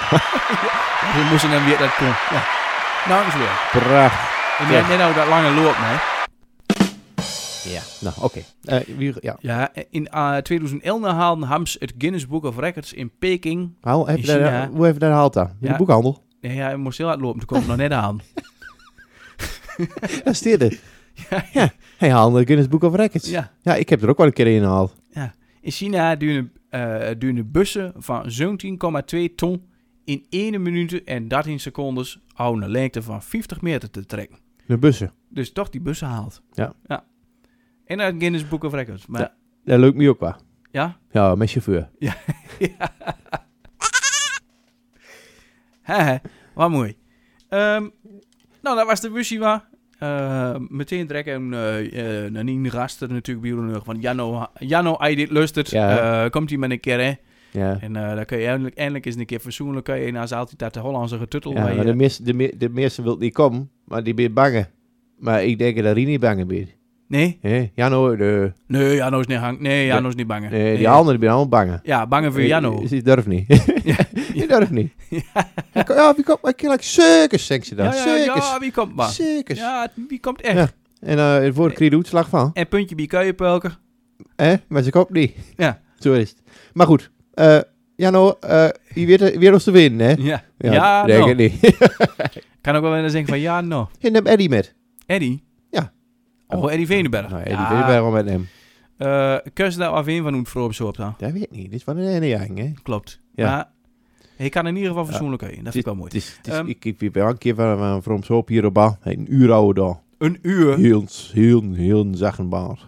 Speaker 4: We moesten dan weer dat kon. Ja. Nou, is weer.
Speaker 1: Prachtig.
Speaker 4: En jij net nou dat lange loop, nee?
Speaker 1: Ja, nou, oké. Ja.
Speaker 4: Ja, in 2011 haalden Hams het Guinness Book of Records in Peking.
Speaker 1: Hoe
Speaker 4: In China.
Speaker 1: heb je dat gehaald dan? In
Speaker 4: Ja.
Speaker 1: de boekhandel?
Speaker 4: Nee, ja, hij moest heel hard lopen, toen kwam het nog net aan.
Speaker 1: Dat is dit.
Speaker 4: Ja.
Speaker 1: Hij haalde de Guinness Book of Records.
Speaker 4: Ja.
Speaker 1: Ja, ik heb er ook wel een keer in gehaald.
Speaker 4: In China duwen bussen van 17,2 ton in 1 minuut en 13 secondes houden een lengte van 50 meter te trekken.
Speaker 1: De bussen.
Speaker 4: Dus toch die bussen haalt.
Speaker 1: Ja.
Speaker 4: En uit Guinness Book of Records. Maar
Speaker 1: Ja. Dat lukt me ook wel.
Speaker 4: ja?
Speaker 1: Ja, met chauffeur.
Speaker 4: Haha, wat mooi. Nou, dat was de busje waar. Meteen trekken naar Nien Raster natuurlijk bij jullie van Janno, als je dit lustert,
Speaker 1: Ja.
Speaker 4: komt hij met een keer, hè.
Speaker 1: Ja.
Speaker 4: En dan kun je eindelijk eens een keer verzoenlijk, kan je naast altijd dat de Hollandse getuttel.
Speaker 1: Ja,
Speaker 4: waar
Speaker 1: maar
Speaker 4: je-
Speaker 1: de meeste wil niet komen, maar die ben bang. Maar ik denk dat hij niet bang bent.
Speaker 4: Nee?
Speaker 1: Janno,
Speaker 4: Nee, Janno is niet hang. Nee, Janno is niet bang.
Speaker 1: nee, die anderen zijn allemaal bang.
Speaker 4: Ja, bang voor Janno.
Speaker 1: Die durft niet. Die durft niet. Ja, wie komt? Ik like circus, zegt ze dan.
Speaker 4: Ja,
Speaker 1: Circus.
Speaker 4: wie komt maar?
Speaker 1: Circus.
Speaker 4: Ja, wie komt echt?
Speaker 1: Ja. En voor kreeg de uitslag van.
Speaker 4: En puntje bij kuienpelker.
Speaker 1: Maar ze komt niet.
Speaker 4: Ja.
Speaker 1: Zo is het. Maar goed. Janno, je weet weer ons te winnen, hè?
Speaker 4: Ja. Ja,
Speaker 1: denk
Speaker 4: no.
Speaker 1: ik niet.
Speaker 4: Kan ook wel eens zeggen van ja, no.
Speaker 1: Je neemt Eddie met.
Speaker 4: Eddie?
Speaker 1: Ja.
Speaker 4: Oh, Eddie Venenberg.
Speaker 1: Nou, Eddie weet wel met hem.
Speaker 4: Kus daar af in van hoe het voor op zo op dan.
Speaker 1: Dat weet ik niet. Dit is van een ene jaar, hè?
Speaker 4: Klopt.
Speaker 1: Ja.
Speaker 4: Maar hij kan in ieder geval fatsoenlijk heen. Dat vind ik wel mooi.
Speaker 1: Het is, ik heb wel een keer van From Soap hier op baan. Een uur ouder dan.
Speaker 4: Een uur.
Speaker 1: Heel zacht en baar.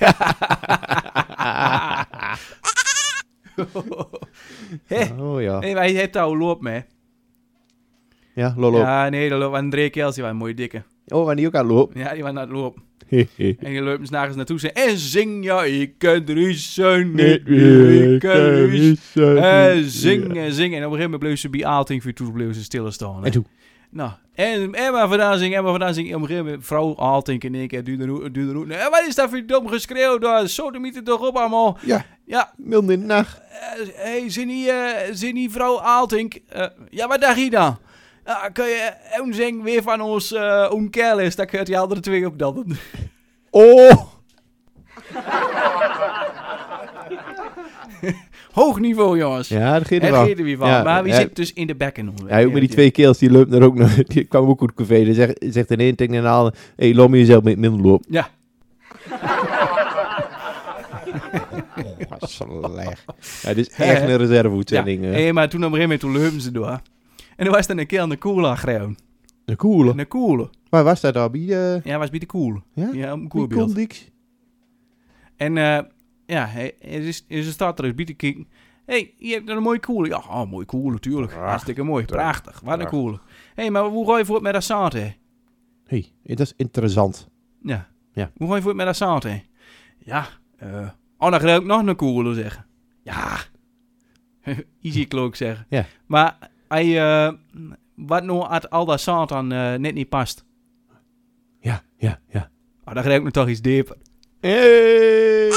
Speaker 1: Oh ja.
Speaker 4: Nee, wij heeft daar loop mee.
Speaker 1: Ja, lolo.
Speaker 4: Ja, nee, dat loopt André Kels, die was een mooie dikke.
Speaker 1: Oh, en die ook aan het lopen.
Speaker 4: Ja, die was naar het lopen. En die loopt eens nergens naartoe en zing ja, ik kan Driessen niet meer, ik kan Driessen. En zing en zing. En op een gegeven moment bleef ze bij Aalting voor toe bleef ze stilstaan.
Speaker 1: En toen?
Speaker 4: Nou, en maar vandaan zingen, en maar vandaan zingen. Op een gegeven moment, vrouw Aalting en ik, duurde roet. En wat is dat voor dom geschreeuw daar? Zo, dan moet het toch op allemaal.
Speaker 1: Ja.
Speaker 4: Ja.
Speaker 1: Milde in de nacht.
Speaker 4: Hey, zin die vrouw Aalting? Ja, wat dacht je dan? Kun je een zing weer van ons kerel is, dan kun je die andere twee op dat.
Speaker 1: Oh!
Speaker 4: Hoog niveau, jongens.
Speaker 1: Ja, dat geeft er
Speaker 4: Het
Speaker 1: wel.
Speaker 4: geeft er weer van.
Speaker 1: Ja,
Speaker 4: Maar wie
Speaker 1: ja.
Speaker 4: zit dus in de bekken?
Speaker 1: Ja, ook met die twee keels, die loopt er ook nog. Die kwam ook goed café. Die zegt de ene tegen de andere, hey, loop me jezelf met minder loop.
Speaker 4: Ja.
Speaker 1: Slecht. Ja, dit is echt een reserveuitzending.
Speaker 4: Ja. Hey, maar toen op een gegeven moment liepen ze door. En toen was er een keer aan de koele aangereven.
Speaker 1: De coole.
Speaker 4: Een koele.
Speaker 1: Waar was dat dan? Bij de...
Speaker 4: Ja, was bij de koele.
Speaker 1: Ja?
Speaker 4: Ja, een
Speaker 1: Bij
Speaker 4: koelbeeld.
Speaker 1: Condix?
Speaker 4: En ja, er staat er eens bij te kijken. Hé, je hebt een mooie koele. Ja, mooi koele, tuurlijk. Hartstikke mooi. Prachtig. Wat een koele. Hé, maar hoe ga je voort met dat zaad, hè?
Speaker 1: Hé, dat is interessant.
Speaker 4: Ja.
Speaker 1: Ja.
Speaker 4: Hoe ga je voort met dat zaad, hè? Ja, dan ga ik nog een koele zeggen. Ja. Easy klook zeggen.
Speaker 1: Ja.
Speaker 4: Maar hij, wat nou als al dat zaad dan net niet past?
Speaker 1: Ja.
Speaker 4: Dan ga ik me toch iets dieper.
Speaker 1: Hey.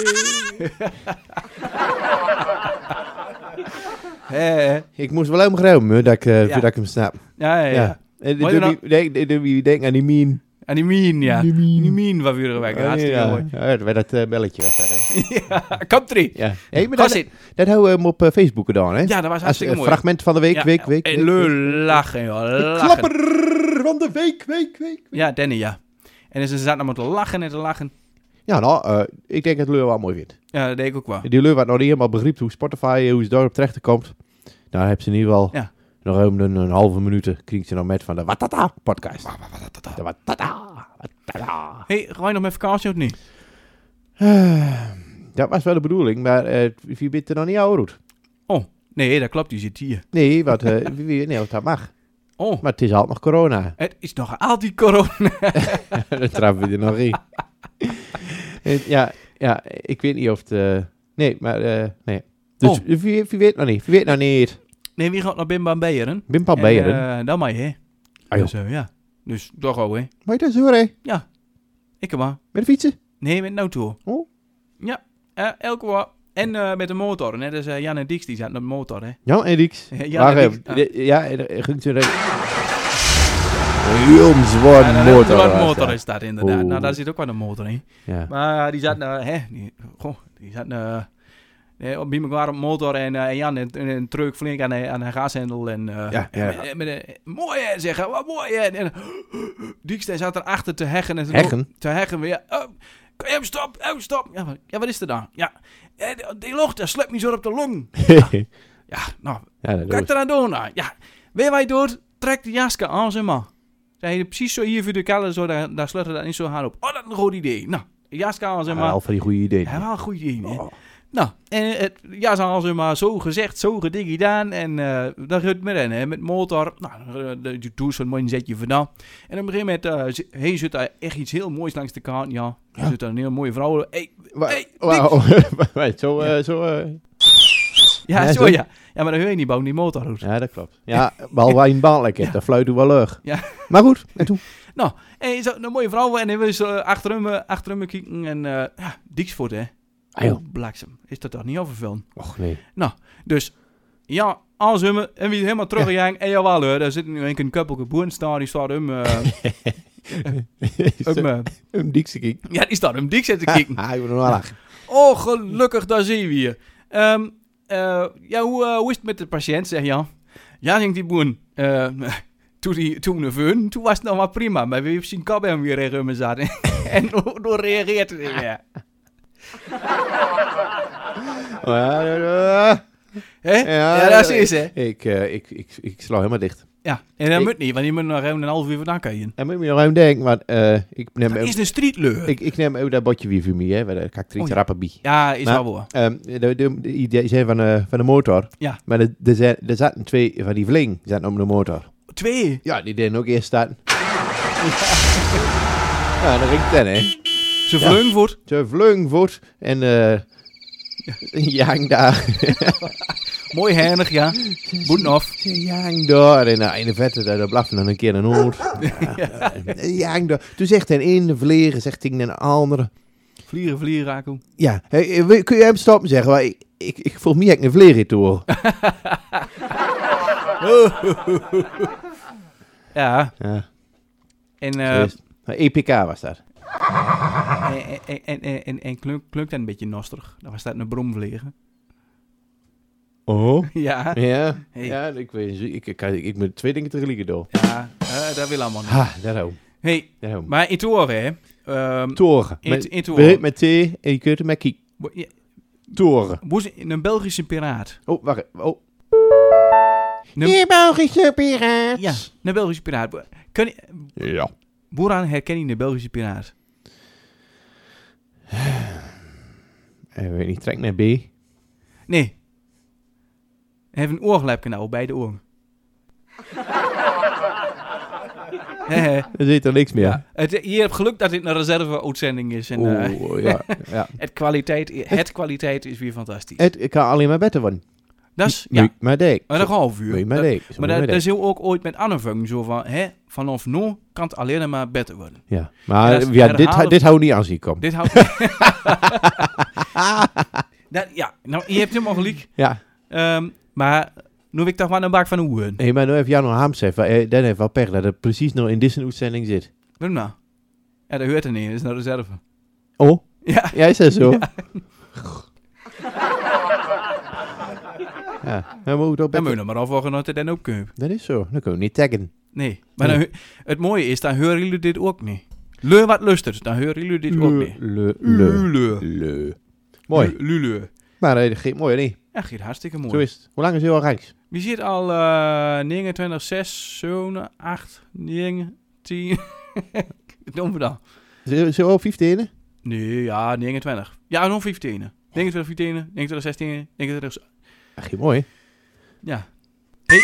Speaker 1: Ik moest wel helemaal grijpen, dat ik hem snap.
Speaker 4: Ja.
Speaker 1: En
Speaker 4: Wat je nou-
Speaker 1: wie denkt aan die mien.
Speaker 4: En die mien, ja.
Speaker 1: Die mien.
Speaker 4: Die mien van vorige week. Hartstikke mooi.
Speaker 1: Ja, dat belletje was dat, hè.
Speaker 4: Ja, country.
Speaker 1: Ja. Hey, maar
Speaker 4: Ga
Speaker 1: dat
Speaker 4: zitten.
Speaker 1: houden we hem op Facebook gedaan, hè?
Speaker 4: Ja, dat was
Speaker 1: Als
Speaker 4: hartstikke mooi.
Speaker 1: fragment van de week,
Speaker 4: Ja,
Speaker 1: week.
Speaker 4: En lachen, joh. Lachen.
Speaker 1: Klapper van de week.
Speaker 4: Ja, Danny, ja. En ze zaten maar te lachen en te lachen.
Speaker 1: Ja, nou, ik denk dat Leur wel mooi vindt.
Speaker 4: Ja, dat deed ik ook wel.
Speaker 1: Die Leur wat nog niet helemaal begrijpt hoe Spotify, hoe ze daarop terecht komt. Nou, heb ze in ieder geval nog een halve minuut klinkt ze nog met van de Watata podcast. De Watata.
Speaker 4: Hey, ga je nog met vakantie of niet?
Speaker 1: Dat was wel de bedoeling, maar wie bent er nog niet ouder?
Speaker 4: Oh, nee, dat klopt. Die zit hier.
Speaker 1: Nee, wat, wie weet niet of dat mag.
Speaker 4: Oh,
Speaker 1: Maar het is altijd nog corona.
Speaker 4: het is nog altijd corona.
Speaker 1: Dan trappen we er nog in. Ja, ik weet niet of het... nee, maar nee. Dus wie weet nog niet. Wie weet nog niet.
Speaker 4: Nee, wie gaat naar Bimba Beieren?
Speaker 1: Bimba Beieren.
Speaker 4: Dat mag je, hè?
Speaker 1: Ah, joh.
Speaker 4: Dus, ja. Dus toch ook, hè?
Speaker 1: Maar dat is hoor, hè?
Speaker 4: Ja. Ik heb maar.
Speaker 1: Met de fietsen?
Speaker 4: Nee, met een auto.
Speaker 1: Oh.
Speaker 4: Ja. Elke wat. En met de motor. Net als Jan en Dix, die zaten op de motor, hè.
Speaker 1: Jan en Dix.
Speaker 4: Jan en Dix.
Speaker 1: Ja, ging ze een heel zwaar motor.
Speaker 4: Een motor is dat inderdaad.
Speaker 1: Oeh.
Speaker 4: Nou, daar zit ook wel een motor in.
Speaker 1: Ja.
Speaker 4: Maar die zaten, die zaten bij elkaar op de motor en Jan en truck flink aan de gashendel. En mooi hè, zeggen, wat mooi hè. En Dix zat erachter te heggen. En te heggen weer. Oh, kan je hem stop. Ja, wat is er dan? Ja, die lucht, dat sluit me zo op de long. Ja, nou, kijk eraan doen. Nou. Ja, weet wat je doet? Trek de jaske aan, zeg maar. Zeg je precies zo hier voor de kelder, zo, daar sluit dat niet zo hard op. Oh, dat is een goed idee. Nou, de jaske aan, zeg maar.
Speaker 1: Al van die goede ideeën.
Speaker 4: Ja, wel een goed idee, hè. Nou, en het jas aan, zeg maar, zo gezegd, zo geding gedaan. En daar gaat het met in, hè, met motor. Nou, je doet zo'n mooi zetje vandaan. En op een gegeven moment, zit daar echt iets heel moois langs de kant, ja. Er zit daar een hele mooie vrouw. Ja, zo ja. Ja, maar dan hoor je niet bouwen die motor goed.
Speaker 1: Ja, dat klopt. Ja, behalve in baan lekker. Dat fluit u wel leuk.
Speaker 4: Ja.
Speaker 1: Maar goed, en toen?
Speaker 4: Nou, en je zag een mooie vrouw en hij wil eens achter hem kijken. En Dixvoort, hè. Oh, bliksem. Is dat toch niet overvullen?
Speaker 1: Och, nee.
Speaker 4: Nou, dus, ja, als hem en wie helemaal teruggegaan. En jawel, hoor, daar zit nu een kuppelke boeren staan. Die staat
Speaker 1: Dixie kijken.
Speaker 4: Ja, die staat Dixie te kijken.
Speaker 1: Hij wil nog wel lachen.
Speaker 4: Oh, gelukkig, daar zien we je. Hoe is het met de patiënt, zeg Jan? Ja, denkt die boen. Toen was het nog wel prima. Maar we hebben zien kap hem weer in me zaten. En door reageert het niet meer. Ja, dat is hè.
Speaker 1: Ik sla helemaal dicht.
Speaker 4: Ja, en dat moet niet, want je moet nog even een half uur vandaan kijken.
Speaker 1: En moet je nog even denken, want ik neem...
Speaker 4: Dat is een streetleur.
Speaker 1: Ik neem ook dat botje weer voor mij, hè, waar de kak er iets rappen bij.
Speaker 4: Ja, is wel waar.
Speaker 1: De idee zijn van de motor. Ja. Maar er zaten 2 van die vling zaten op de motor.
Speaker 4: 2?
Speaker 1: Ja, die deden ook eerst staan. Ja, dan ging het dan, hè. Ze vleung voort. En je hangt daar.
Speaker 4: Mooi heinig, ja. Boetenhof.
Speaker 1: Je hangt daar. En in de vette, daar blaffen dan een keer een hoort. Je hangt daar. Toen zegt een ene vliegen, zegt tegen een andere.
Speaker 4: Vliegen, Raco.
Speaker 1: Ja. Hey, kun je hem stoppen zeggen? Maar ik voel me echt een vliegen toe.
Speaker 4: Ja. En
Speaker 1: EPK was dat.
Speaker 4: En klonk dat een beetje nostrig. Dan was dat een bromvliegen.
Speaker 1: Oh?
Speaker 4: Ja.
Speaker 1: Ja,
Speaker 4: hey.
Speaker 1: Ja, ik weet ik moet 2 dingen tegelijk doen.
Speaker 4: Ja, dat wil allemaal niet.
Speaker 1: Ha, daarom.
Speaker 4: Hey,
Speaker 1: daarom.
Speaker 4: maar in Toren, hè?
Speaker 1: Toren. Met T en je kunt hem met kiek. Toren.
Speaker 4: Boes een Belgische piraat.
Speaker 1: Oh, wacht. Oh.
Speaker 3: Die Belgische piraat.
Speaker 4: Ja, een Belgische piraat.
Speaker 1: Ja.
Speaker 4: Waaraan herken je de Belgische piraat?
Speaker 1: Ik weet niet, trek naar B.
Speaker 4: Nee. Hij heeft een oorglijpje nou bij de oren.
Speaker 1: Er zit er niks meer.
Speaker 4: Ja, je hebt geluk dat dit een reserve-uitzending is. En,
Speaker 1: ja.
Speaker 4: Het kwaliteit is weer fantastisch.
Speaker 1: Het kan alleen maar beter worden.
Speaker 4: Dat is, ja.
Speaker 1: Maar denk.
Speaker 4: Maar dat half uur.
Speaker 1: Maar
Speaker 4: dat is ook ooit met Anne Vung zo van, vanaf nu kan het alleen maar beter worden.
Speaker 1: Ja, maar dit houdt niet aan zien komen.
Speaker 4: Dit houdt ja, nou, je hebt helemaal gelijk.
Speaker 1: Ja.
Speaker 4: Maar nu wil ik toch maar een bak van de hoeren.
Speaker 1: Nee, maar nu heeft Jan nog Hamsef. Dan heeft wel pech dat het precies nog in deze uitzending zit.
Speaker 4: Waarom nou? Ja, dat hoort er niet. Dat is nou reserve.
Speaker 1: Oh?
Speaker 4: Ja.
Speaker 1: Ja, is dat zo? Ja. Ja, dan moet
Speaker 4: je nog maar afwachten dat het dan ook kunnen.
Speaker 1: Dat is zo. Dan kunnen we niet taggen.
Speaker 4: Nee. Maar dan, het mooie is, dan horen jullie dit ook niet. Leu wat lustert, dan horen jullie dit ook niet.
Speaker 1: Le. Mooi.
Speaker 4: Lule.
Speaker 1: Maar dat geeft mooi, niet?
Speaker 4: Ja, gaat hartstikke mooi.
Speaker 1: Zo is het. Hoe lang is het al rechts?
Speaker 4: We zitten al 29, 6, 7, 8, 9, 10. Wat doen we dan?
Speaker 1: Zo op 15?
Speaker 4: Nee, ja, 29. Ja, nog 15. 29, 15, 29, 16, 29.
Speaker 1: Ach, mooi.
Speaker 4: Ja. Hey.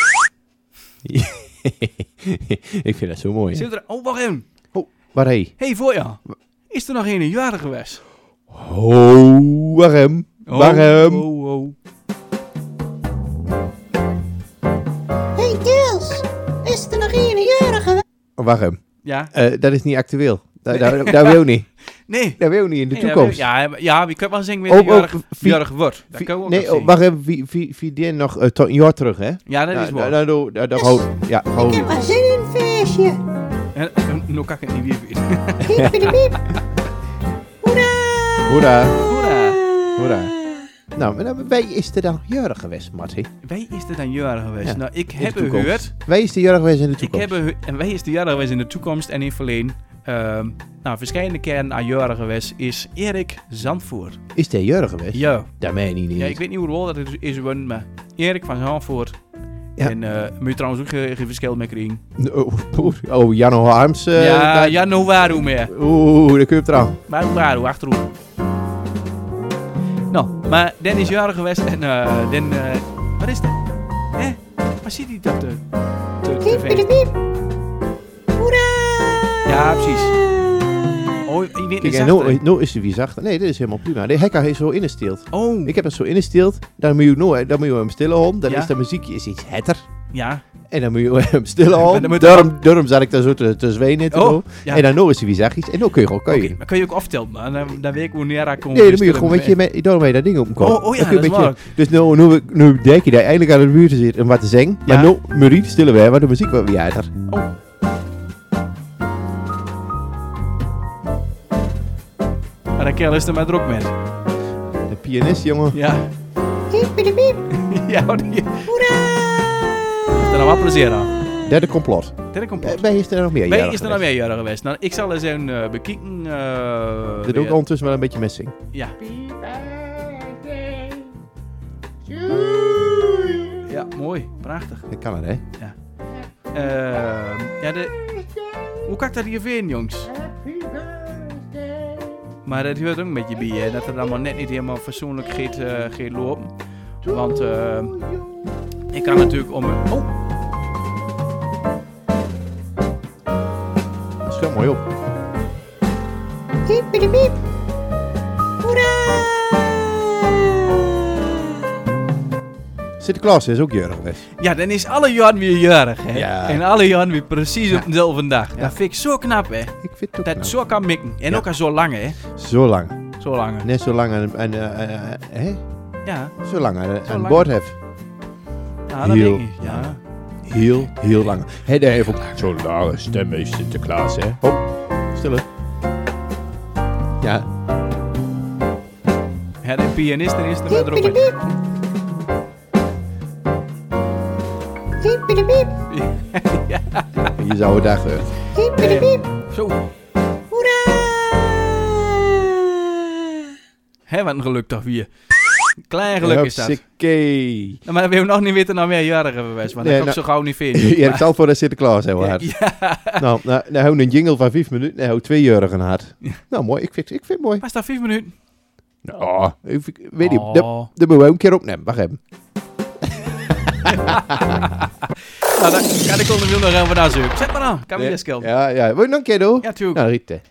Speaker 1: Ik vind dat zo mooi.
Speaker 4: Zit er... Oh, wacht even.
Speaker 1: Oh, waar heen?
Speaker 4: Hey, voor jou. Is er nog een jarig geweest?
Speaker 1: Oh, waarom? Waarom?
Speaker 4: Oh.
Speaker 3: Hey, Niels. Is er nog een jarig geweest?
Speaker 1: Waarom?
Speaker 4: Ja.
Speaker 1: Dat is niet actueel. Dat wil niet.
Speaker 4: Nee.
Speaker 1: Dat wil niet in de toekomst.
Speaker 4: Ja, wie kan wel zingen wie jarig wordt. Dat kan ook
Speaker 1: nee, wacht even. Wie die nog tot een jaar terug, hè?
Speaker 4: Ja, dat is waar.
Speaker 1: Ik
Speaker 3: heb maar zin in een feestje.
Speaker 4: Nu kan ik het niet weer weten.
Speaker 3: Piep, piep, piep.
Speaker 1: Hoera.
Speaker 4: Hoera.
Speaker 1: Nou, wij is er dan jarig geweest, Marty?
Speaker 4: Wij is er dan jarig geweest?
Speaker 1: Ja,
Speaker 4: Nou, ik heb gehoord...
Speaker 1: Wij is er jarig geweest in de toekomst?
Speaker 4: En wij is er jarig geweest in de toekomst en in het verleden. Verschillende keren aan jarig geweest is Erik Zandvoort.
Speaker 1: Is hij jarig geweest?
Speaker 4: Ja.
Speaker 1: Dat meen je niet.
Speaker 4: Ja, ik weet niet hoe rol dat het is gewonnen, maar Erik van Zandvoort.
Speaker 1: Ja.
Speaker 4: En moet je trouwens ook geen verschil mee krijgen.
Speaker 1: Janno Harms.
Speaker 4: Janno waarom meer.
Speaker 1: Daar kun je op eraan.
Speaker 4: Maar waarom, achterop. Nou, maar Dan is jarig geweest en wat is dat? Waar zit hij dat te feest? Ja, precies. Oh, je weet niet zachter.
Speaker 1: Nou is hij wie zachter. Nee, dit is helemaal prima. De hekka is zo insteld.
Speaker 4: Oh.
Speaker 1: Ik heb het zo insteld. Dan moet je hem stillen houden. Dan is de muziekje iets hetter.
Speaker 4: Ja.
Speaker 1: En dan moet je hem stillen houden. Daarom zat ik daar zo te zwenen. Ja. En dan nou is hij wie zachtjes. En dan kun je gewoon keuken.
Speaker 4: Maar kun je ook aftellen, man. Dan weet ik hoe neer ik kom.
Speaker 1: Nee, dan moet je gewoon met dat ding op komen.
Speaker 4: Oh ja, dat is waar.
Speaker 1: Dus nu denk je dat eindelijk aan de buurt zit en wat te zingen. Maar nu moet je stillen wij, want de muziek wordt weer hetter.
Speaker 4: Oh. Maar dan kerel is er maar druk met.
Speaker 1: De pianist, jongen.
Speaker 4: Ja.
Speaker 3: Piep, piep, piep.
Speaker 4: Ja, die. Hoera! Is er nog wat plezier aan?
Speaker 1: Derde complot. Wij is er nog meer
Speaker 4: jaren geweest. Nou, ik zal eens even bekijken.
Speaker 1: Dat doe ik ondertussen wel een beetje messing.
Speaker 4: Ja. Ja, mooi. Prachtig.
Speaker 1: Dat kan het, hè?
Speaker 4: Ja. Hoe kan ik dat hier vinden, jongens? Maar dat hoort ook een beetje bij, hè? Dat het allemaal net niet helemaal fatsoenlijk gaat lopen. Want ik kan natuurlijk om... Oh!
Speaker 1: Dat schuilt mooi op.
Speaker 3: Piep, piep, piep. Hoera!
Speaker 1: Sinterklaas is ook jarig geweest.
Speaker 4: Ja, dan is alle jaren weer jarig, hè?
Speaker 1: Ja.
Speaker 4: En alle jaren weer precies op dezelfde dag. Ja. Dat vind ik zo knap, hè?
Speaker 1: Ik vind het ook
Speaker 4: dat
Speaker 1: knap.
Speaker 4: Zo kan mikken. En ook al zo lang, hè?
Speaker 1: Zo lang.
Speaker 4: Zo lang.
Speaker 1: Net zo lang hè?
Speaker 4: Ja.
Speaker 1: Zo lang aan boord heeft.
Speaker 4: Ja, dat denk ik. Ja.
Speaker 1: Heel lang. Hij heeft ook zo'n lange stem is Sinterklaas, hè? Hop, stille. Ja.
Speaker 4: Ja, de pianist er is er maar erop.
Speaker 3: Piep, piep, piep.
Speaker 4: Ja.
Speaker 1: Je zou het dag.
Speaker 3: Piep, piep, piep.
Speaker 4: Zo.
Speaker 3: Hoera!
Speaker 4: Hé, wat een geluk toch weer. Klein geluk is dat.
Speaker 1: Hupsakee.
Speaker 4: Nou, maar dan wil je nog niet weten naar meer jaren geweest. Want dat kan ik zo gauw niet vinden.
Speaker 1: Ja, ik zal voor de Sinterklaas heel hard.
Speaker 4: Ja.
Speaker 1: Nou hebben we een jingle van 5 minuten. Nou, hebben we 2 jaren gehad. Ja. Nou, mooi. Ik vind het mooi.
Speaker 4: Was dat 5 minuten?
Speaker 1: Nou, ik weet niet. Dat moeten we ook een keer opnemen. Wacht even.
Speaker 4: Nou, dan kan ik onderwijl nog even naar zoeken. Zet maar aan. Kan me skillen.
Speaker 1: Ja. Wil je nog een keer doen?
Speaker 4: Ja, tuurlijk.
Speaker 1: Nou, Riette.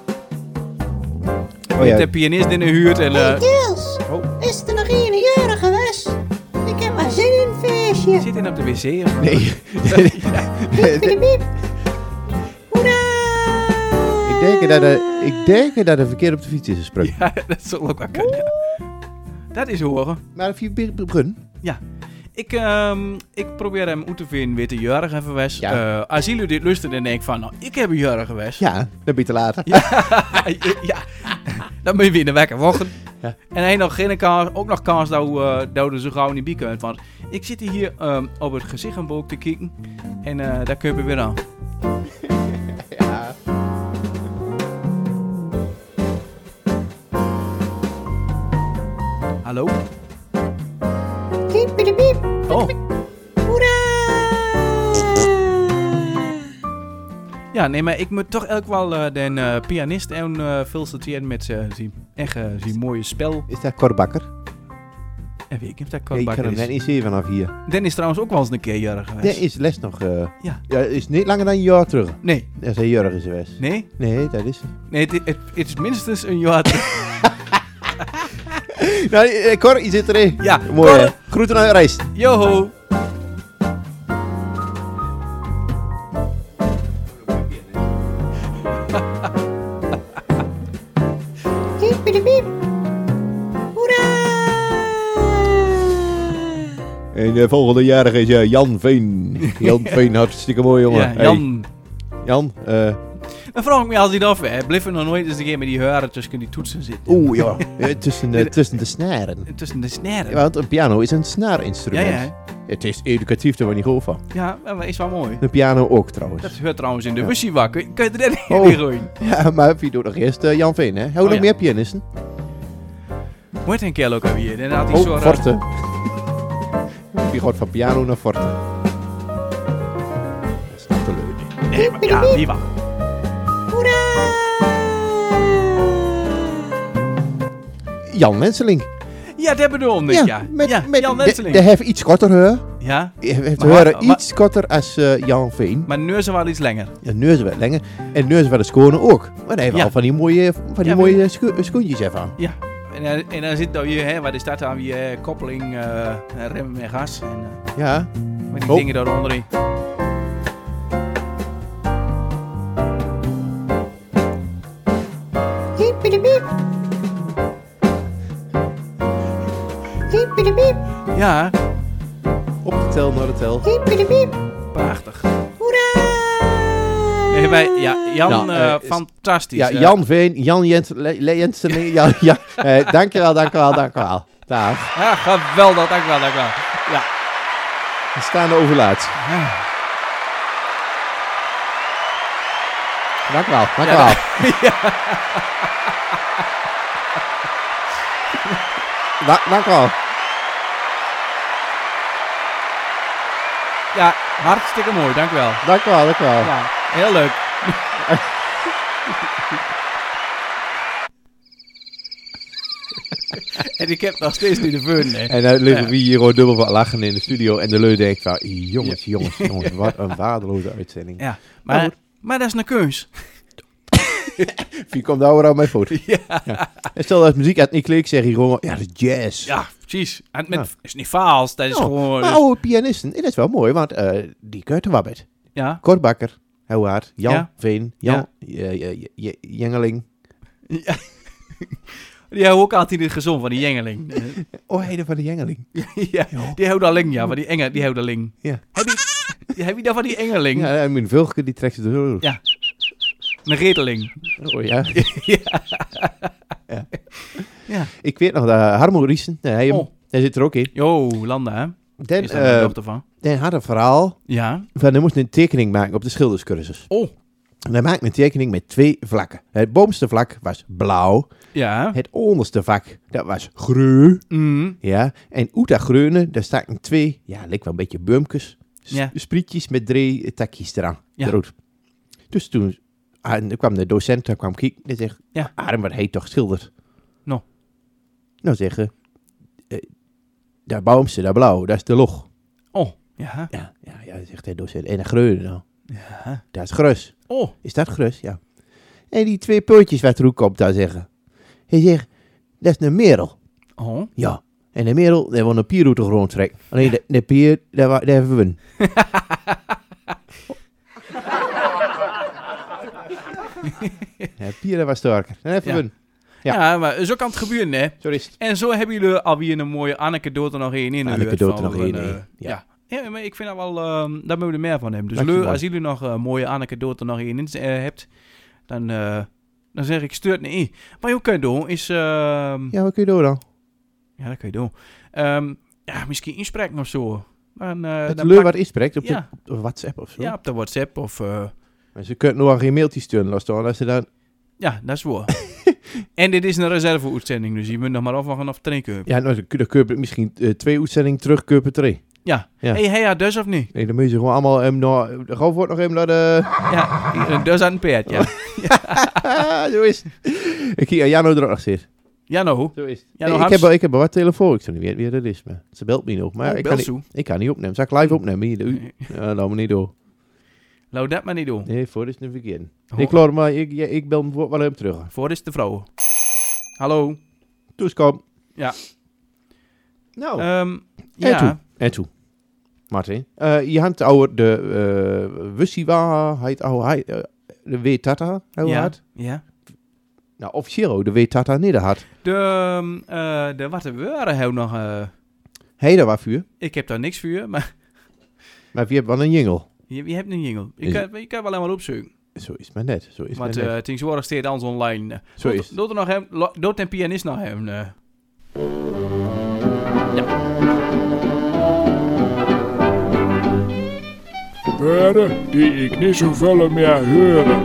Speaker 4: De pianist in de huurt en...
Speaker 3: Hey, Gils. Is er nog een jarig geweest? Ik heb maar zin in een feestje.
Speaker 4: Zit hij op de wc of?
Speaker 1: Nee.
Speaker 3: Piep, piep, piep. Hoera!
Speaker 1: Ik denk dat er verkeerd op de fiets is gesprongen.
Speaker 4: Ja, dat zal ook wel kunnen. Ja. Dat is horen.
Speaker 1: Maar of je begint?
Speaker 4: Ja. Ik probeer hem uit te vinden, weet de jarig even geweest.
Speaker 1: Ja.
Speaker 4: Als jullie dit lusten, dan denk ik van, nou, ik heb een jarig geweest.
Speaker 1: Ja, dan ben je te laat.
Speaker 4: Ja. Dan ben je weer in de wekker wachten.
Speaker 1: Ja.
Speaker 4: En hij nog geen kans, ook nog kans dat we zo gauw niet bij kunt. Want ik zit hier op het gezichtboek te kijken. En daar kun je weer aan.
Speaker 1: Ja.
Speaker 4: Hallo?
Speaker 3: Piep, piep, piep.
Speaker 4: Oh.
Speaker 3: Hoera!
Speaker 4: Ja, nee, maar ik moet toch elk wel de pianist en feliciteren met zijn mooie spel.
Speaker 1: Is dat Korbakker?
Speaker 4: En weet ik of dat
Speaker 1: Ik
Speaker 4: Korbakker
Speaker 1: kan hem net
Speaker 4: is.
Speaker 1: niet zien vanaf hier.
Speaker 4: Den is trouwens ook wel eens een keer jarig geweest.
Speaker 1: Dat is les nog.
Speaker 4: Ja.
Speaker 1: Ja, is niet langer dan een jaar terug.
Speaker 4: Nee.
Speaker 1: Dat is hij jarig is geweest.
Speaker 4: Nee?
Speaker 1: Nee, dat is...
Speaker 4: Nee, het is minstens een jaar terug.
Speaker 1: Nou, Cor, je zit erin.
Speaker 4: Ja,
Speaker 1: mooi
Speaker 4: Cor.
Speaker 1: hè. Groeten aan Rijst.
Speaker 4: Joho!
Speaker 3: Hippiedepiep. Hoera!
Speaker 1: En de volgende jarige is Jan Veen. Jan Veen, hartstikke mooi, jongen.
Speaker 4: Ja, Jan.
Speaker 1: Hey, Jan,
Speaker 4: Dan vraag ik me altijd af, hè. Blijf er nog nooit eens een keer met die haren tussen die toetsen zitten.
Speaker 1: oeh, ja. Tussen de snaren.
Speaker 4: Tussen de snaren.
Speaker 1: Ja, want een piano is een snaarinstrument.
Speaker 4: Ja.
Speaker 1: Het is educatief, daar word je niet goed van.
Speaker 4: Ja, maar is wel mooi.
Speaker 1: De piano ook, trouwens.
Speaker 4: Dat hoort trouwens in de wussiewak. Kun je er net
Speaker 1: Oh.
Speaker 4: in gooien?
Speaker 1: Ja, maar wie doet nog eerst Jan Veen, hè? Hou nog
Speaker 4: ja.
Speaker 1: meer pianisten?
Speaker 4: Hoe heet een kerel ook alweer? En had hij
Speaker 1: Oh,
Speaker 4: zo...
Speaker 1: Forte. Die gaat van piano naar Forte. Dat is niet te leuk.
Speaker 4: Nee, maar ja, wie wel.
Speaker 3: Hoera!
Speaker 1: Jan Wenseling.
Speaker 4: Ja, dat bedoel ik, ja.
Speaker 1: met
Speaker 4: Jan
Speaker 1: de
Speaker 4: Wenseling.
Speaker 1: heeft iets korter haar.
Speaker 4: Ja,
Speaker 1: Heeft
Speaker 4: Maar
Speaker 1: haar
Speaker 4: wat-
Speaker 1: iets korter als Jan Veen.
Speaker 4: maar neuzen wel iets langer.
Speaker 1: Ja, neuzen wat langer. En neuzen van de schone ook. Maar hij heeft
Speaker 4: Ja.
Speaker 1: al van die mooie,
Speaker 4: Ja,
Speaker 1: schoentjes ervan.
Speaker 4: Ja. En dan zit nou hier, hè, waar er staat dan weer koppeling, remmen en gas. En
Speaker 1: Ja.
Speaker 4: met die
Speaker 1: Oh.
Speaker 4: dingen daaronder in.
Speaker 3: Hippiedepiep. Hippiedepiep.
Speaker 4: Ja,
Speaker 1: Op de tel, naar de tel.
Speaker 3: Hippiedepiep.
Speaker 4: prachtig.
Speaker 3: Hoera!
Speaker 4: Nee, Jan,
Speaker 1: Nou,
Speaker 4: fantastisch.
Speaker 1: Ja, Jan Veen, Jan Jensen. Ja. Dankjewel. Dag.
Speaker 4: Ja, geweldig, dankjewel. Ja.
Speaker 1: We staan overlaat. Dankjewel. Dankjewel.
Speaker 4: Ja, hartstikke mooi, dankjewel.
Speaker 1: Dankjewel.
Speaker 4: Ja, heel leuk. En ik heb nog steeds niet de fun, hè.
Speaker 1: En dan liggen we hier gewoon dubbel wat lachen in de studio. En de leu denkt van, jongens, wat een waardeloze uitzending.
Speaker 4: Ja,
Speaker 1: Maar
Speaker 4: maar dat is een keus.
Speaker 1: Wie komt daar aan mijn voet?
Speaker 4: Ja.
Speaker 1: En stel dat muziek uit niet klikt, zeg je gewoon, ja, dat is jazz.
Speaker 4: Ja, precies. En met,
Speaker 1: Ja.
Speaker 4: is niet vals, dat is
Speaker 1: Nou,
Speaker 4: gewoon...
Speaker 1: maar
Speaker 4: dus-
Speaker 1: oude pianisten, en dat is wel mooi, want die kunt er wat met.
Speaker 4: ja.
Speaker 1: Kort Bakker, Houwaard, Jan
Speaker 4: Ja.
Speaker 1: Veen, Jan Jengeling.
Speaker 4: Ja. Die hebben ook altijd het gezond van die jengeling.
Speaker 1: Oh, Heide van de Jengeling.
Speaker 4: Ja, die houdt al ling, ja, van die enge, die houdt al ling.
Speaker 1: Ja.
Speaker 4: Heb je dat van die engeling?
Speaker 1: Ja, en mijn vulke, die trekt ze door.
Speaker 4: Ja. Een reteling.
Speaker 1: Oh ja.
Speaker 4: Ja.
Speaker 1: Ik weet nog, dat Harmo Riesen, hij zit er ook in.
Speaker 4: Jo, Landa, hè?
Speaker 1: Dan,
Speaker 4: Is daar mijn dochter van?
Speaker 1: dan had een verhaal
Speaker 4: Ja.
Speaker 1: van, hij moest een tekening maken op de schilderscursus.
Speaker 4: Oh.
Speaker 1: En hij maakte een tekening met 2 vlakken. Het bovenste vlak was blauw.
Speaker 4: Ja.
Speaker 1: Het onderste vlak, dat was groen.
Speaker 4: Mm.
Speaker 1: Ja. En uit dat groene, daar staken 2, ja, leek wel een beetje boomkes.
Speaker 4: Ja.
Speaker 1: Sprietjes met 3 takjes eraan.
Speaker 4: Ja.
Speaker 1: Eruit. Dus toen kwam de docent, daar kwam kijken. Die zegt,
Speaker 4: Ja.
Speaker 1: Arm, wat heet toch schilderd?
Speaker 4: Nou.
Speaker 1: Nou zeggen, dat boomste, dat blauw, dat is de log.
Speaker 4: Oh. Ja.
Speaker 1: Ja, zegt de docent. En de groene nou?
Speaker 4: Ja.
Speaker 1: Dat is grus.
Speaker 4: Oh.
Speaker 1: Is dat grus? Ja. En die 2 puntjes wat er ook op daar zeggen. Hij zegt, dat is een merel.
Speaker 4: Oh.
Speaker 1: Ja. En de merel, die wil een pier uit de grond trekken. Alleen de pier, daar hebben we een. Ja, pier, dat was sterker. Dan hebben we een. Ja.
Speaker 4: Ja, maar zo kan het gebeuren, hè.
Speaker 1: Zo is het.
Speaker 4: En zo hebben jullie alweer een mooie anekdote nog één in.
Speaker 1: Anekdote nog één in,
Speaker 4: Ja. Ja, maar ik vind dat wel, daar moeten we meer van hebben. Dus
Speaker 1: Dankjewel.
Speaker 4: als jullie nog een mooie anekdote nog één in hebt, dan zeg ik, stuur het niet in. Maar je kunt doen is...
Speaker 1: Ja, wat kun je doen dan?
Speaker 4: Ja, dat kun je doen. Ja, misschien inspreken of zo. Dan,
Speaker 1: Het
Speaker 4: dan
Speaker 1: leur
Speaker 4: plak-
Speaker 1: wat inspreekt op
Speaker 4: Ja.
Speaker 1: de WhatsApp of zo.
Speaker 4: Ja, op de WhatsApp of...
Speaker 1: Maar ze kunnen nog een mailtje sturen, laat staan. Als ze dan...
Speaker 4: ja, dat is waar. En dit is een reserve-uitzending, dus je moet nog maar afwachten of het erin komt.
Speaker 1: Ja, nou, dan kun je misschien 2 uitzendingen terug, kun je 3.
Speaker 4: Ja.
Speaker 1: Ja.
Speaker 4: Hey, ja, dus of niet?
Speaker 1: Nee, dan moet je gewoon allemaal gewoon wordt nog even naar de...
Speaker 4: Ja, dus aan het peert, ja.
Speaker 1: Zo is het. Ik zie Jano er ook nog zit.
Speaker 4: Ja, nou.
Speaker 1: Zo is het.
Speaker 4: Ja,
Speaker 1: Nee,
Speaker 4: nou,
Speaker 1: ik heb wel wat telefoon. Ik zou niet weten wie dat is. Maar ze belt me nog. Maar
Speaker 4: Oh,
Speaker 1: ik,
Speaker 4: bel
Speaker 1: kan
Speaker 4: zo.
Speaker 1: niet, ik kan niet opnemen. Zal ik live opnemen? Hier, ja, laat me niet door.
Speaker 4: Laat dat maar niet doen.
Speaker 1: Nee, voor is het verkeerd.
Speaker 4: Oh.
Speaker 1: Ik laat maar. Ik bel hem wel hem terug.
Speaker 4: Voor is de vrouw. Hallo.
Speaker 1: Dus kom.
Speaker 4: Ja.
Speaker 1: Nou.
Speaker 4: Ja.
Speaker 1: En toe. Martin. Je had over de Wussiwa. De Wetata.
Speaker 4: Ja. Ja.
Speaker 1: Nou, officieel, de weet Tata niet had.
Speaker 4: De wat de weuren hebben nog...
Speaker 1: Hé, daar was vuur.
Speaker 4: ik heb daar niks voor, maar
Speaker 1: Maar wie hebt wel een jingle?
Speaker 4: je hebt een jingle. Je kan wel helemaal opzoeken.
Speaker 1: Zo is het maar net.
Speaker 4: Want tegenwoordig staat alles online.
Speaker 1: Zo is het.
Speaker 4: Doet er nog hem, doet een pianist nog hem.
Speaker 5: Woorden die ik niet zoveel meer horen.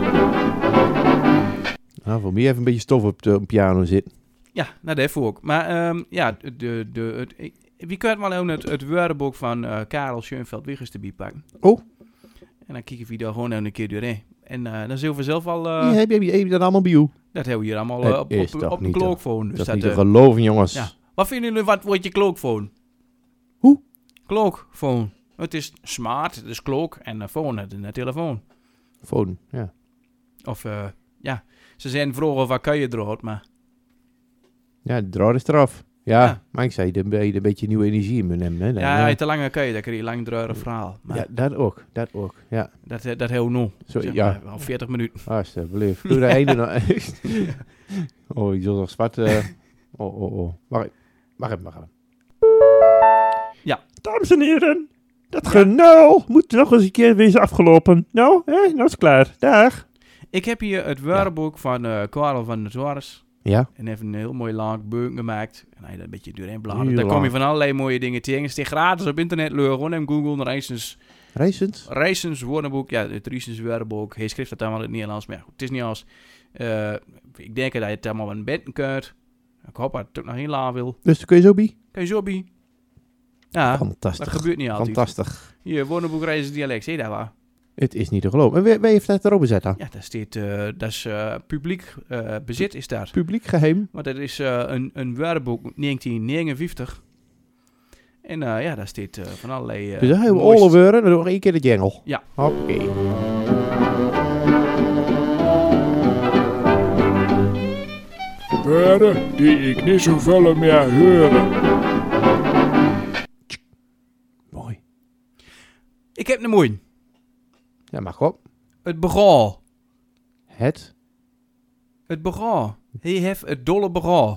Speaker 1: Nou, voor mij even een beetje stof op de piano zitten.
Speaker 4: Ja, nou dat ook. Maar wie kunt wel even het woordenboek van Karel Schoenveld-Wiggers erbij pakken.
Speaker 1: Oh.
Speaker 4: En dan kijken we daar gewoon even een keer doorheen. En dan zullen we zelf al...
Speaker 1: Heb je dat allemaal bij jou?
Speaker 4: dat hebben we hier allemaal op de klookfoon. Dus
Speaker 1: dat is niet te geloven, jongens.
Speaker 4: Ja. Wat vinden jullie wat wordt je klookfoon?
Speaker 1: Hoe?
Speaker 4: Klookfoon. Het is smart, dus klook. En phone, een telefoon.
Speaker 1: Phone, ja.
Speaker 4: Of, ze zijn vroeger waar kan je eruit, maar...
Speaker 1: Ja, de draad is eraf. Ja,
Speaker 4: Ja.
Speaker 1: maar ik zei, dan ben je een beetje nieuwe energie in me nemen. Hè?
Speaker 4: Ja, te lange kan je, dan krijg je lang druidig verhaal. Maar
Speaker 1: Ja, dat ook. Ja.
Speaker 4: dat heel nu.
Speaker 1: Zo,
Speaker 4: Zeg
Speaker 1: ja.
Speaker 4: maar, al 40 minuten.
Speaker 1: Alsjeblieft. Doe de ene nog. Oh, ik zal nog zwart... Oh. Wacht even.
Speaker 4: Ja.
Speaker 1: Dames en heren, dat genuil moet nog eens een keer weer afgelopen. Nou, nou is het klaar. Dag.
Speaker 4: Ik heb hier het woordenboek van Karel van der Torres.
Speaker 1: Ja.
Speaker 4: En heeft een heel mooi lang beuk gemaakt. En hij dat een beetje doorheen bladeren.
Speaker 1: Heel
Speaker 4: Daar kom je
Speaker 1: lang.
Speaker 4: van allerlei mooie dingen tegen. Het is gratis op internet. Gewoon en Google
Speaker 1: Reisens?
Speaker 4: woordenboek. Ja, het Reisens woordenboek. Hij schrijft het allemaal in het Nederlands. Maar ja, het is niet als... ik denk dat je het allemaal een bed kunt. Ik hoop dat het ook nog heel laag wil.
Speaker 1: Dus dan kun je zo bij?
Speaker 4: Kan je zo bij? Ja,
Speaker 1: Fantastisch.
Speaker 4: dat gebeurt niet altijd.
Speaker 1: Fantastisch.
Speaker 4: Hier, woordenboek Reisens dialect. Zie je dat waar?
Speaker 1: Het is niet te geloven. En wie heeft dat erop gezet dan?
Speaker 4: Ja, daar staat... dat is publiek bezit is daar.
Speaker 1: Publiek geheim.
Speaker 4: Want dat is een woordenboek 1959. En daar staat van allerlei...
Speaker 1: Dus dan hebben we
Speaker 4: mooiste-
Speaker 1: alle woorden. Dan doen we 1 keer de jingle.
Speaker 4: Ja.
Speaker 1: Oké.
Speaker 5: Woorden die ik niet zoveel meer horen.
Speaker 1: Mooi.
Speaker 4: Ik heb een moeite.
Speaker 1: Ja, mag op.
Speaker 4: Het begon.
Speaker 1: Het.
Speaker 4: Het begon. Hij heeft het dolle begon.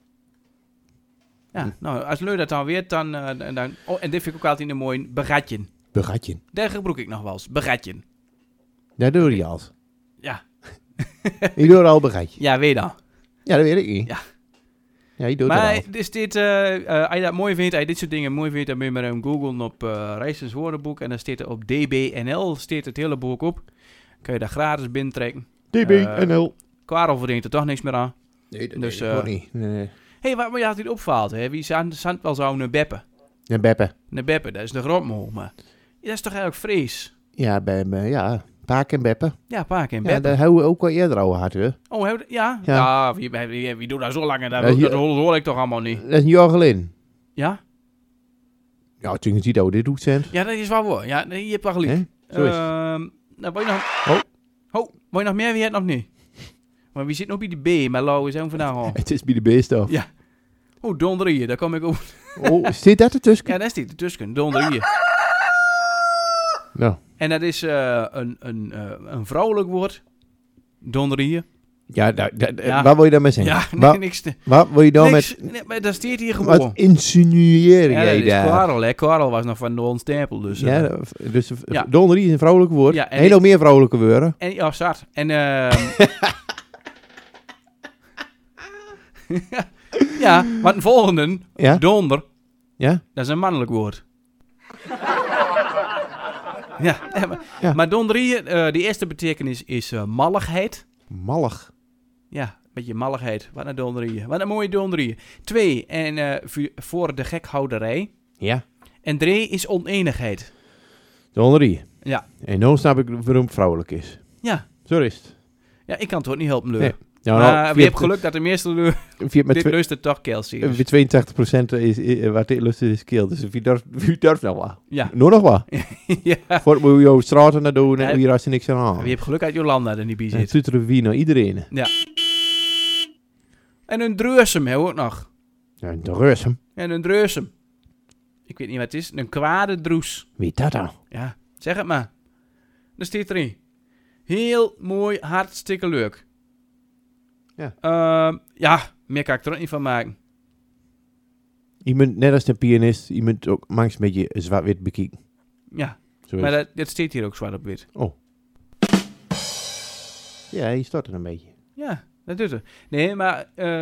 Speaker 4: Ja, nou, als leuk dat dan weet, dan... oh, en dit vind ik ook altijd een mooi begatje.
Speaker 1: Begatje.
Speaker 4: Daar gebruik ik nog wel eens. Begatje.
Speaker 1: Dat doe je als.
Speaker 4: Ja.
Speaker 1: Ik doe al begatje.
Speaker 4: Ja, weet dan.
Speaker 1: Ja, dat weet ik niet.
Speaker 4: Ja.
Speaker 1: Ja, je doet het
Speaker 4: Maar
Speaker 1: al.
Speaker 4: dus dit, als je dat mooi vindt, als je dit soort dingen mooi vindt, dan moet je maar hem googlen op Reisens woordenboek. En dan staat er op DBNL staat het hele boek op. Kun je daar gratis binnentrekken.
Speaker 1: DBNL.
Speaker 4: Karel verdient er toch niks meer aan.
Speaker 1: Nee, dat
Speaker 4: dus,
Speaker 1: weet ik ook niet. Nee.
Speaker 4: Hé, wat me altijd opvalt, hè? Wie zijn wel zo'n beppe?
Speaker 1: En Beppe.
Speaker 4: Een beppe, dat is de grotmol, maar... Dat is toch eigenlijk vrees?
Speaker 1: Ja, ja. Paak en Beppe.
Speaker 4: Ja, paak en
Speaker 1: Ja,
Speaker 4: beppe.
Speaker 1: daar houden we ook al eerder over gehad, hè.
Speaker 4: Oh, ja?
Speaker 1: Ja.
Speaker 4: Ja, wie doet dat zo lang? En
Speaker 1: Ja, hier-
Speaker 4: dat hoor ik toch allemaal niet.
Speaker 1: Dat is een jaar geleden.
Speaker 4: Ja?
Speaker 1: Ja, toen je ziet dat we dit doet zijn.
Speaker 4: Ja, dat is wel waar. Ja, nee, je hebt wel gelijk.
Speaker 1: Hè? Zo is het.
Speaker 4: Nou, wil je nog...
Speaker 1: Oh.
Speaker 4: Wil je nog meer? Wie het nog niet? Maar wie zit nog bij die B? Maar Lau is ook vandaag al.
Speaker 1: Het is bij de beestaf.
Speaker 4: Ja. Oh, dondrieën, daar kom ik op.
Speaker 1: Oh, zit dat ertussen?
Speaker 4: Ja, daar zit ertussen. Dondrieën.
Speaker 1: Nou.
Speaker 4: En dat is een vrouwelijk woord. Dondrieën.
Speaker 1: Ja,
Speaker 4: Ja.
Speaker 1: wat wil je daarmee zeggen?
Speaker 4: Ja,
Speaker 1: Wat-
Speaker 4: niks te...
Speaker 1: Wat wil je dan
Speaker 4: niks,
Speaker 1: met...
Speaker 4: nee, maar dat staat hier gewoon.
Speaker 1: Wat insinueer
Speaker 4: Ja, dat
Speaker 1: jij
Speaker 4: is
Speaker 1: daar?
Speaker 4: Karel, hè. Karel was nog van de Stempel, dus...
Speaker 1: Ja, dus
Speaker 4: Ja.
Speaker 1: donderie is een vrouwelijk woord.
Speaker 4: Ja, en
Speaker 1: Heel nog meer vrouwelijke woorden.
Speaker 4: En ja, zat. En ja, want een volgende,
Speaker 1: Ja?
Speaker 4: donder,
Speaker 1: Ja?
Speaker 4: dat is een mannelijk woord. Ja,
Speaker 1: Ja.
Speaker 4: maar dondrieën, die eerste betekenis is malligheid.
Speaker 1: Mallig.
Speaker 4: Ja, een beetje malligheid. Wat een dondrieën. Wat een mooie dondrieën. 2, en voor de gekhouderij.
Speaker 1: Ja.
Speaker 4: En 3 is oneenigheid.
Speaker 1: Donderie.
Speaker 4: Ja.
Speaker 1: En dan snap ik waarom het vrouwelijk is.
Speaker 4: Ja.
Speaker 1: Zo is het.
Speaker 4: Ja, ik kan het ook niet helpen, Leur.
Speaker 1: Nee. Nou,
Speaker 4: Maar wie hebt geluk dat de meeste Leur dit luistert toch Kelsey. Dus.
Speaker 1: 82% is wat dit lust is keel. Dus wie durft nou wat?
Speaker 4: Ja.
Speaker 1: Nog nog wat?
Speaker 4: Ja.
Speaker 1: Voor het moet je over straten naar doen
Speaker 4: Ja.
Speaker 1: en hier als je niks aan
Speaker 4: Wie hebt geluk dat Jolanda er niet bij
Speaker 1: En
Speaker 4: zit.
Speaker 1: tuteren wie naar iedereen.
Speaker 4: Ja. En een dreusem hebben we ook nog.
Speaker 1: Ja, de reusem.
Speaker 4: En een dreusem. Ik weet niet wat het is. Een kwade droes.
Speaker 1: Wie dat dan?
Speaker 4: Ja, zeg het maar. Daar staat erin. Heel mooi, hartstikke leuk. Ja. Meer kan ik er ook niet van maken.
Speaker 1: Je moet, net als de pianist, je moet ook mangs een beetje zwart-wit bekijken.
Speaker 4: Ja,
Speaker 1: Zo is
Speaker 4: maar
Speaker 1: het.
Speaker 4: dat staat hier ook zwart op wit.
Speaker 1: Ja, je stort er een beetje.
Speaker 4: Ja, dat doet er. Nee, maar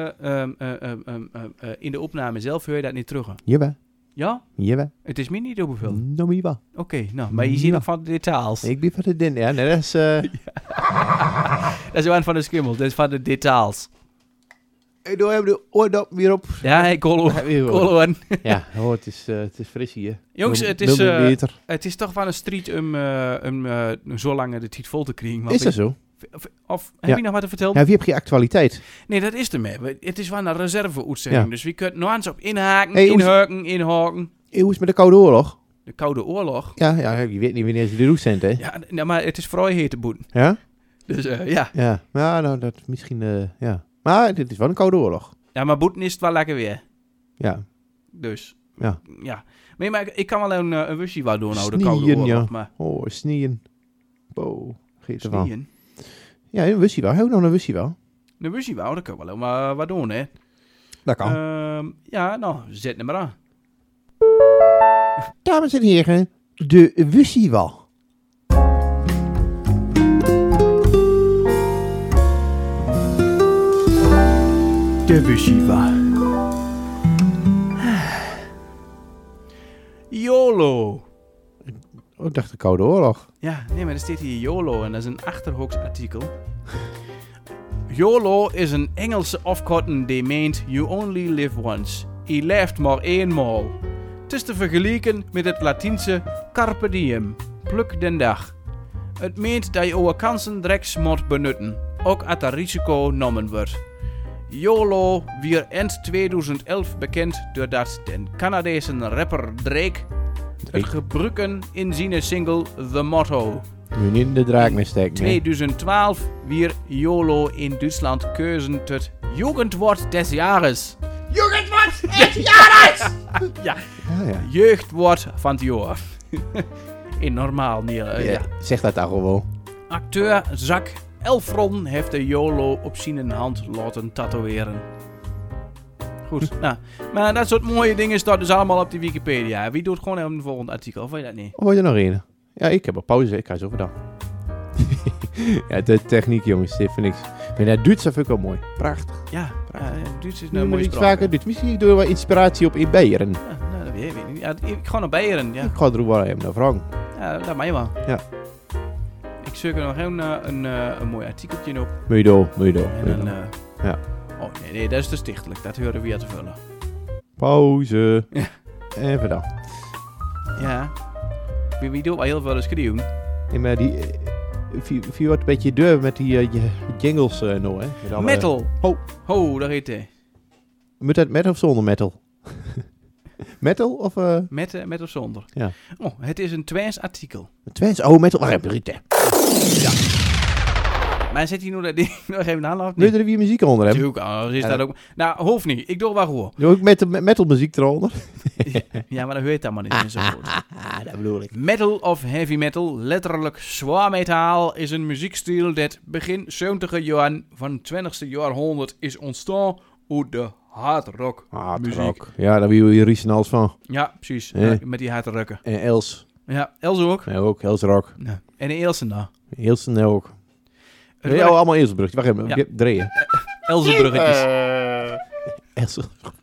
Speaker 4: in de opname zelf hoor je dat niet terug. Hè?
Speaker 1: Jawel.
Speaker 4: Ja?
Speaker 1: Jawel.
Speaker 4: Het is me niet opgevuld.
Speaker 1: Nou, maar wel.
Speaker 4: Oké, nou, maar je ziet nog van de details.
Speaker 1: Ik ben van de din. Ja, nee, dat is...
Speaker 4: Dat is wel van de skimmel, dat is van de details.
Speaker 1: Ik doe even de oordop weer op.
Speaker 4: Ja, ik kollo.
Speaker 1: Ja, het is fris hier.
Speaker 4: Jongens, het is toch wel een strijd om zo lang de titel vol te krijgen. Maar
Speaker 1: Is dat zo?
Speaker 4: Of heb je nog wat te vertellen?
Speaker 1: Ja, wie heb je actualiteit?
Speaker 4: Nee, dat is ermee. Het is wel een reserve-uitzending.
Speaker 1: Ja.
Speaker 4: Dus wie kunt nog eens op inhaken,
Speaker 1: Hey,
Speaker 4: inhaken.
Speaker 1: Hoe is het met de Koude Oorlog?
Speaker 4: De Koude Oorlog.
Speaker 1: Ja, je weet niet wanneer ze dit uitzendt, hè?
Speaker 4: Ja, nou, maar het is vrijheid te boeten.
Speaker 1: Ja?
Speaker 4: Dus ja.
Speaker 1: Ja, nou, dat misschien, ja. Maar dit is wel een Koude Oorlog.
Speaker 4: Ja, maar boeten is het wel lekker weer.
Speaker 1: Ja.
Speaker 4: Dus,
Speaker 1: Ja.
Speaker 4: Maar ik kan wel een wussie wat doen, nou, de
Speaker 1: Snieën,
Speaker 4: Koude Oorlog.
Speaker 1: ja.
Speaker 4: Maar
Speaker 1: Oh, snieën. Wow, geet ervan.
Speaker 4: snieën.
Speaker 1: Ja, een wussie wel. Hou nog een wussie wel.
Speaker 4: Een wussie wel, dat kan wel maar wat doen, hè.
Speaker 1: Dat kan.
Speaker 4: Ja, nou, zet hem maar aan.
Speaker 1: Dames en heren, de wussie wel.
Speaker 4: De Wushiwa. YOLO.
Speaker 1: Oh, ik dacht de Koude Oorlog.
Speaker 4: Ja, nee, maar er staat hier YOLO en dat is een achterhoeksartikel. YOLO is een Engelse afkorting die meent You only live once. Je leeft maar eenmaal. Het is te vergelijken met het Latijnse Carpe diem. Pluk den dag. Het meent dat je oude kansen direct moet benutten. Ook als er risico genomen wordt. YOLO weer eind 2011 bekend doordat de Canadese rapper Drake het gebruiken in zijn single The Motto.
Speaker 1: Nu niet in de draak mee steken.
Speaker 4: 2012 weer YOLO in Duitsland keuzen tot Jugendwort des Jahres.
Speaker 3: Jugendwort des Jahres!
Speaker 4: Ja,
Speaker 1: Ja.
Speaker 4: jeugdwoord van het jaar. In normaal ja.
Speaker 1: Zeg dat dan gewoon.
Speaker 4: Acteur Zac Efron heeft de YOLO op zijn hand laten tatoeëren. Goed, nou, maar dat soort mooie dingen staat dus allemaal op die Wikipedia. Wie doet gewoon een volgend artikel, of weet je dat niet?
Speaker 1: Of wil je er nog een? Ja, ik heb een pauze. Ik ga zo vandaan. Ja, de techniek, jongens, dit vind ik... Maar dat Duits vind ik wel mooi. Prachtig.
Speaker 4: Ja, Duits is
Speaker 1: Nu
Speaker 4: een
Speaker 1: moet
Speaker 4: mooie
Speaker 1: ik
Speaker 4: spraak.
Speaker 1: vaker Duits. Misschien doe je wel inspiratie op in Beieren.
Speaker 4: Ja, nou, dat weet ik niet. Ja, ik ga naar Beieren, ja.
Speaker 1: Ik ga er wel even naar vragen.
Speaker 4: Ja, dat mag je wel.
Speaker 1: Ja.
Speaker 4: Ik zoek er nog een mooi artikeltje op.
Speaker 1: Moet je door.
Speaker 4: En dan,
Speaker 1: Ja.
Speaker 4: Oh, nee, dat is te stichtelijk. Dat horen we weer te vullen.
Speaker 1: Pauze.
Speaker 4: Ja.
Speaker 1: Even dan.
Speaker 4: Ja. Wie doet wel heel veel schreeuwen.
Speaker 1: Nee, maar die... Wie wordt een beetje deur met die jingles nou, hè? Met alle-
Speaker 4: Metal.
Speaker 1: Ho.
Speaker 4: Daar heet hij.
Speaker 1: Moet dat met of zonder metal? Metal of...
Speaker 4: Met of zonder.
Speaker 1: Ja.
Speaker 4: Oh, het is een Twijns artikel.
Speaker 1: Twents? Oh, metal. Wacht even, Riet, hè.
Speaker 4: Maar zit hier nu dat ding nog even aan?
Speaker 1: Wil je er weer muziek onder hebben?
Speaker 4: Natuurlijk, is
Speaker 1: Ja,
Speaker 4: dat
Speaker 1: dat-
Speaker 4: ook... Nou, hoeft niet. Ik doe wel gewoon.
Speaker 1: Doe ik met metal muziek eronder?
Speaker 4: Ja, maar dat hoort allemaal niet meer zo goed.
Speaker 1: Ah, dat bedoel ik.
Speaker 4: Metal of heavy metal, letterlijk zwaar metaal, is een muziekstijl dat begin 70e jaren van het 20e jaarhonderd is ontstaan uit de hard rock muziek.
Speaker 1: Rock. Ja, daar wil je Riesen als van.
Speaker 4: Ja, precies.
Speaker 1: Ja.
Speaker 4: Ja, met die harde rukken.
Speaker 1: En Els.
Speaker 4: Ja, Els ook.
Speaker 1: Ja, ook. Els Rock.
Speaker 4: Ja. En de Eelsen dan.
Speaker 1: Elsen ook.
Speaker 4: Het
Speaker 1: Nee,
Speaker 4: worden-
Speaker 1: allemaal Eelsbrug. Wacht even.
Speaker 4: Ja.
Speaker 1: Je hebt drieën.
Speaker 4: Elzenbruggetjes.
Speaker 1: Elsen.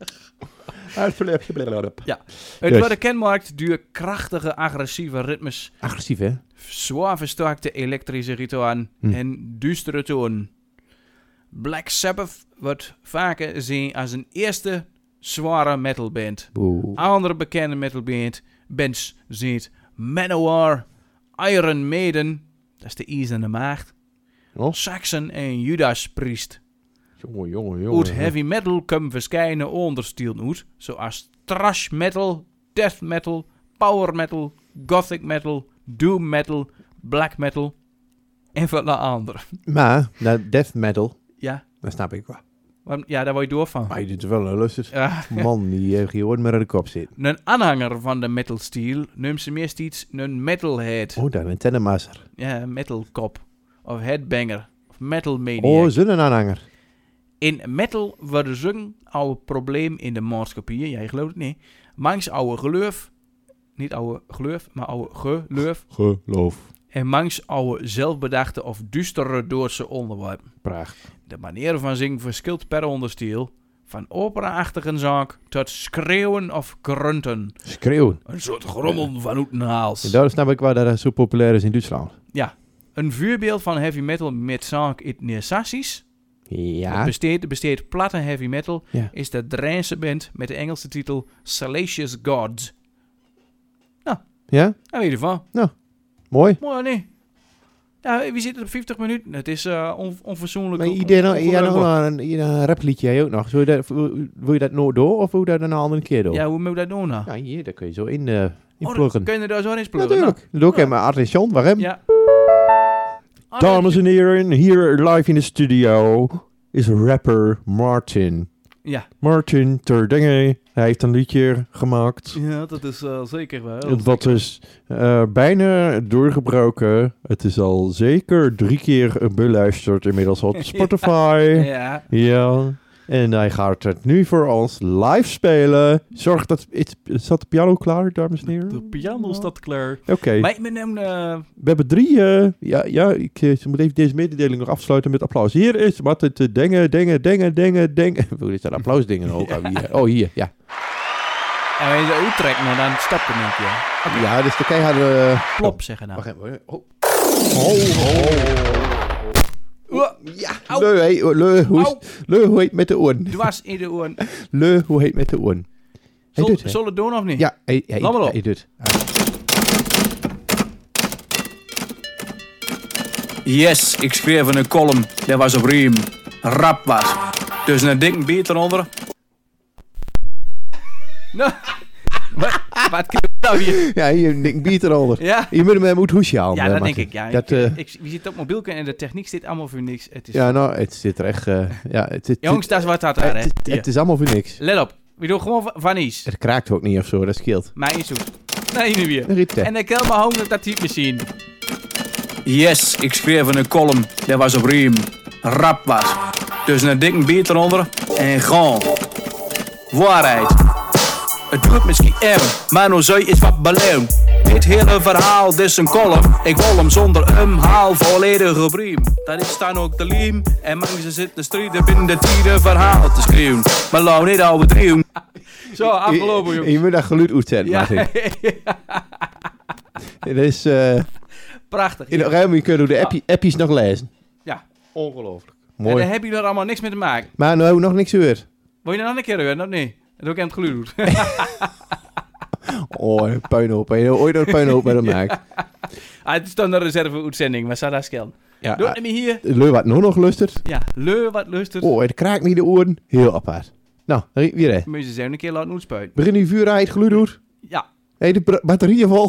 Speaker 4: Het worden kenmerkt door krachtige, agressieve ritmes,
Speaker 1: Agressief, hè?
Speaker 4: zwaar versterkte elektrische gitaar en duistere toon. Black Sabbath wordt vaker gezien als een eerste zware metalband.
Speaker 1: Boe.
Speaker 4: Andere bekende metalbands zijn Manowar, Iron Maiden, dat is de IJzeren Maagd,
Speaker 1: Oh.
Speaker 4: Saxon en Judas Priest.
Speaker 1: Jongen.
Speaker 4: Uit heavy metal komen verschillende onderstijlen uit, zoals thrash metal, death metal, power metal, gothic metal, doom metal, black metal en van de andere.
Speaker 1: Maar, dat death metal,
Speaker 4: Ja,
Speaker 1: dat snap ik wel.
Speaker 4: ja, daar word je door van.
Speaker 1: Maar je doet er wel een lustig.
Speaker 4: Ja.
Speaker 1: Man, die heeft je ooit meer aan de kop zitten.
Speaker 4: Een aanhanger van de metalstijl noemt ze meest iets een metalhead.
Speaker 1: Oh, daar een tennenmasser.
Speaker 4: Ja, metalkop. Of headbanger. Of metal maniac.
Speaker 1: Oh, zo'n aanhanger.
Speaker 4: In metal worden zo'n oude probleem in de maatschappij. Jij gelooft het niet. Mangs oude geloof. Niet oude geloof, maar oude geloof.
Speaker 1: Geloof.
Speaker 4: En mangs oude zelfbedachte of duistere Doorse onderwerpen.
Speaker 1: Prachtig.
Speaker 4: De manier van zingen verschilt per onderstil. Van opera-achtige zaak tot schreeuwen of grunten.
Speaker 1: Schreeuwen.
Speaker 4: Een soort grommel vanuit een haals.
Speaker 1: En daarom snap ik waar dat zo populair is in Duitsland.
Speaker 4: Ja. Een vuurbeeld van heavy metal met zaak in neersassies.
Speaker 1: Ja.
Speaker 4: Besteedt platte heavy metal.
Speaker 1: Ja.
Speaker 4: Is de Drijnse band met de Engelse titel Salacious Gods.
Speaker 1: Ja?
Speaker 4: Daar weet je van.
Speaker 1: Mooi.
Speaker 4: Mooi nee. Ja, we zitten op 50 minuten. Het is onverzoenlijk.
Speaker 1: Maar je nog een rapliedje jij ook nog. Wil je dat nou door of wil je dat een andere keer door?
Speaker 4: Ja, hoe moet je dat doen nou?
Speaker 1: Ja, hier, daar kun je zo in pluggen.
Speaker 4: Kun je daar zo in pluggen?
Speaker 1: Natuurlijk. Dat doe ik maar attention, waarom?
Speaker 4: Ja.
Speaker 1: Dames en heren, hier live in de studio is rapper Martin.
Speaker 4: Ja.
Speaker 1: Martin ter Dinge, hij heeft een liedje gemaakt.
Speaker 4: Ja, dat is zeker wel.
Speaker 1: Wat is bijna doorgebroken. Het is al zeker 3 keer beluisterd inmiddels op Spotify.
Speaker 4: Ja.
Speaker 1: Ja. En hij gaat het nu voor ons live spelen. Zorg dat... Staat de piano klaar, dames en heren?
Speaker 4: De piano staat klaar.
Speaker 1: Oké.
Speaker 4: Maar ik ben
Speaker 1: We hebben 3... ik moet even deze mededeling nog afsluiten met applaus. Hier is wat het dingen. Hoe is dat applausdingen ook alweer? Oh, hier, ja.
Speaker 4: En als je dat uittrekt, maar dan stapt het niet, ja.
Speaker 1: Okay. Ja, dus de keiharde...
Speaker 4: Plop, zeggen nou.
Speaker 1: Wacht even. Ja, hoe heet met de oren?
Speaker 4: Dwars in de oren.
Speaker 1: Hoe heet met de oren?
Speaker 4: Zal het doen of niet?
Speaker 1: Ja, hij doet.
Speaker 6: Yes, ik schreef een column. Dat was op riem. Rap was. Dus een dikke beat eronder.
Speaker 4: Nou, wat kun je nou hier?
Speaker 1: Ja, hier een dikke beat eronder.
Speaker 4: Ja.
Speaker 1: Je moet hem uit het hoesje halen.
Speaker 4: Ja, dat
Speaker 1: Martin.
Speaker 4: denk ik. Ja.
Speaker 1: Dat,
Speaker 4: We zitten op mobielke en de techniek zit allemaal voor niks. Het is
Speaker 1: het zit er echt...
Speaker 4: jongens, dat is wat dat daar, hè.
Speaker 1: Het is allemaal voor niks.
Speaker 4: Let op. We doen gewoon van iets.
Speaker 1: Het kraakt ook niet of zo, dat scheelt.
Speaker 4: Maar is goed. Nee, nu weer.
Speaker 1: Riette.
Speaker 4: En dan kan maar houden dat typemachine.
Speaker 6: Yes, ik schreef een column. Dat was op riem. Rap was. Dus een dikke beat eronder. En gewoon. Waarheid. Het doet misschien erg, maar nou zou je iets wat beleeuwen. Dit hele verhaal, dit is een column. Ik wil hem zonder haal volledige briem. Dat is dan ook de liem. En mensen zitten strijden binnen de tieren verhaal te schreeuwen. Maar lauw niet oude drieën.
Speaker 4: Zo, afgelopen jongens.
Speaker 1: Je moet dat geluid uitzetten,
Speaker 4: Ja.
Speaker 1: Martin. Het is...
Speaker 4: Prachtig.
Speaker 1: in de ruimte kun je de appjes nog lezen.
Speaker 4: Ja.
Speaker 1: Ongelooflijk.
Speaker 4: En
Speaker 1: Mooi.
Speaker 4: daar heb je er allemaal niks mee te maken.
Speaker 1: Maar nu hebben we nog niks gehoord.
Speaker 4: Wil je dat nog een keer horen? Dat nee. Dat ook aan het geluid doet.
Speaker 1: Oh, een puinhoop. Heb je ooit een puinhoop met hem maakt?
Speaker 4: Het is dan een reserve-uitzending, maar zou dat schelen.
Speaker 1: Ja,
Speaker 4: Doe het me hier.
Speaker 1: Leu wat nog lustert.
Speaker 4: Ja, leu wat lustert.
Speaker 1: Oh, het kraakt niet de oren. Heel apart. Nou, weer hè.
Speaker 4: Moet je ze een keer laten uitspuiten.
Speaker 1: Begin die vuur uit, geluid doet.
Speaker 4: Ja.
Speaker 1: Hey, de batterieën vol.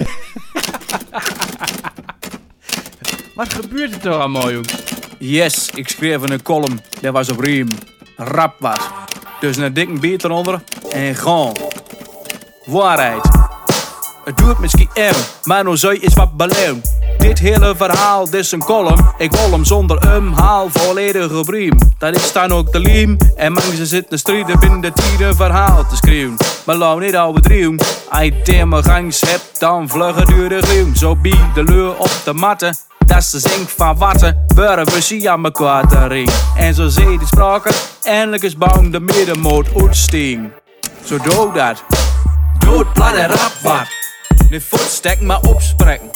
Speaker 4: Wat gebeurt er toch allemaal, jongens?
Speaker 6: Yes, ik schreef een column. Dat was op riem. Rap was. Dus een dikke beat eronder. En gewoon. Waarheid. Het doet misschien erg, maar nou zou je iets wat beleeuwen. Dit hele verhaal, dit is een column. Ik wil hem zonder haal volledige briem. Dat is dan ook de liem. En mensen zitten strijden binnen de tieren verhaal te schreeuwen. Maar lauw niet oude drieën. Als je thema gangs hebt, dan vluggen dure gleeuw. Zo bie de leur op de matten. Dat is de zink van watten. Burren we zien aan elkaar te ring. En zo zie je die spraken. Eindelijk is bang de middenmoot uitstien. Zo doe dat. Dood plat en rap wat. De voet stek maar opspreken.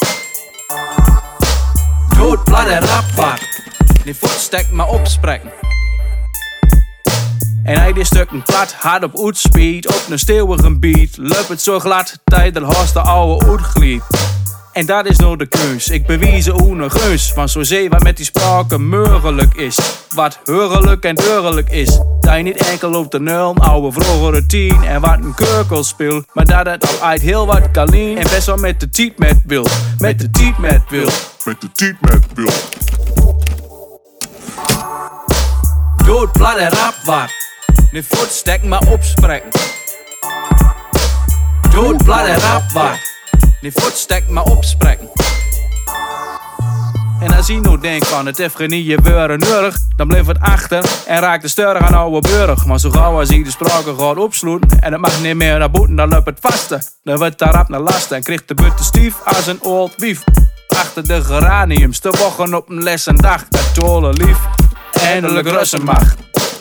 Speaker 6: Dood plat en rap wat. De voet stek maar opspreken. En hij die stukken plat hard op uitspeed. Op een stevige beat. Lup het zo glad. Tijd de horste ouwe uitglied. En dat is nou de keus. Ik bewijs een geus. Van zo zee wat met die sprake mogelijk is. Wat heurlijk en deurlijk is. Dat je niet enkel op de nul, oude vroegere 10. En wat een kurkel speelt. Maar dat het al uit heel wat kan lien. En best wel met de type met wil. Met de type met wil.
Speaker 2: Met de type met wil.
Speaker 6: Dood plat en rap wat. De voet stek maar opspreken. Dood plat en rap wat. Die voet stek maar opspreken. En als hij nou denkt van het heeft geen niet je weuren nodig, dan blijft het achter en raakt de steurig aan oude burg. Maar zo gauw als hij de sprake gaat opsloten en het mag niet meer naar boeten, dan loopt het vaste. Dan wordt daar rap naar last en krijgt de butte stief als een old wief. Achter de geraniums te wachten op een lessendag, dat tolle lief eindelijk rusten mag.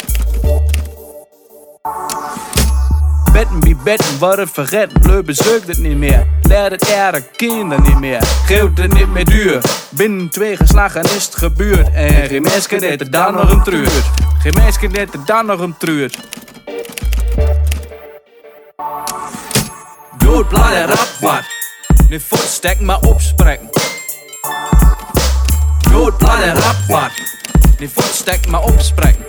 Speaker 6: Betten bij betten worden vergeten, leupen zeukt het niet meer. Leer het jaren kinderen niet meer, geeft het niet meer duur. Binnen 2 geslagen is het gebeurd en geen mens kan het er dan nog een treurt. Geen mens kan het er dan nog een treurt. Dood, blad en rap wat, nu voetstek maar opspreken. Dood, blad en rap wat, nu voetstek maar opspreken.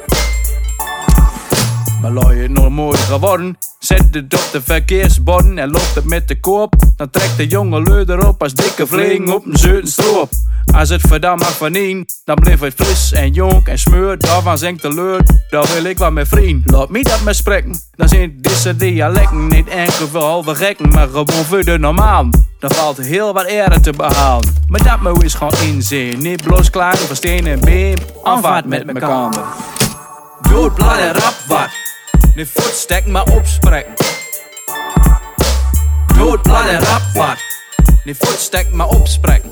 Speaker 6: Maar looi het nog mooi geworden, zet het op de verkeersborden en loopt het met de koop. Dan trekt de jonge leur erop als dikke vling op een zeutenstroop. Als het verdammt mag vernieuwen, dan blijft het fris en jong en smeurt. Daarvan zingt de leur, daar wil ik wat met vriend. Laat mij dat maar spreken, dan zijn deze dialecten niet enkel voor halve gekken, maar gewoon voor de normaal. Dan valt heel wat ere te behalen. Maar dat moet eens gewoon inzien, niet bloos klagen van steen en been. Aanvaard met mekaar. Dood, blad en rap wat, nu voetstek maar opspreken. Dood, blad en rap wat, nu voetstek maar opspreken.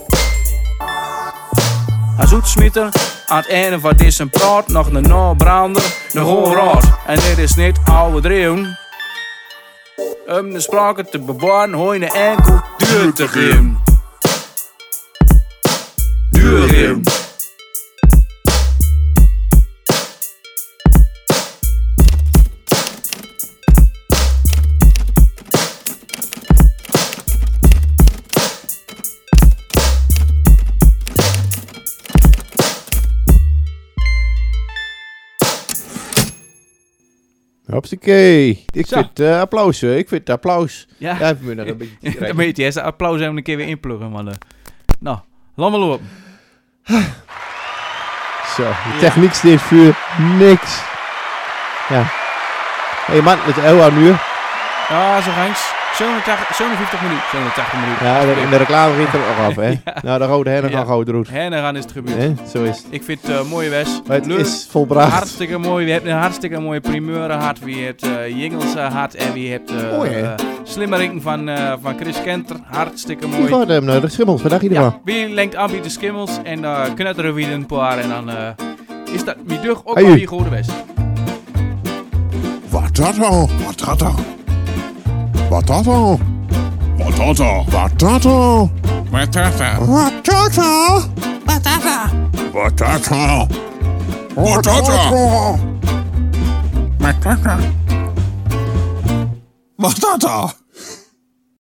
Speaker 6: Als uitsmieter aan het einde van deze praat nog een nabrander, een gewoon raad. En dit is niet overdreven. Om de sprake te bewaren, hoor je een enkel duur te geven. Duur geven.
Speaker 1: Hopsakee. Ik vind applaus. Ik vind applaus.
Speaker 4: Ja.
Speaker 1: Jij moet nog een beetje
Speaker 4: Dan weet je, eerst applaus even een keer weer inpluggen, man. Nou, laat maar lopen.
Speaker 1: Zo, de techniek steeds voor niks. Ja. Hé man, het is 11 uur.
Speaker 4: Ja, zo gangs. 57 minuten. 87 minuten.
Speaker 1: Ja, de reclame ging er nog af, hè.
Speaker 4: Ja.
Speaker 1: Nou, de rode hernen gaan gauw eruit.
Speaker 4: Hernegaan is het gebeurd.
Speaker 1: Zo is het.
Speaker 4: Ik vind het mooie Wes.
Speaker 1: Het
Speaker 4: Leuk.
Speaker 1: is volbracht.
Speaker 4: Hartstikke mooi. We hebben een hartstikke mooie primeur gehad. Wie hebt jingles gehad. En wie hebt slimmeringen van Chris Kenter. Hartstikke mooi.
Speaker 1: Die gaat hem naar de schimmels. Wat dacht je ervan?
Speaker 4: Wie lengt aan bij de skimmels. En knutteren we een paar. En dan is dat mijn dug ook
Speaker 1: Hey,
Speaker 4: al hier goede Wes.
Speaker 2: Wat dat al? Wat dat al? Wat dat al?
Speaker 5: Wat dat al?
Speaker 2: Wat dat al?
Speaker 5: Wat dat al?
Speaker 2: Wat dat al?
Speaker 3: Wat dat dan?
Speaker 2: Wat dat al?
Speaker 5: Wat dat al? Wat dat al?
Speaker 2: Wat dat al?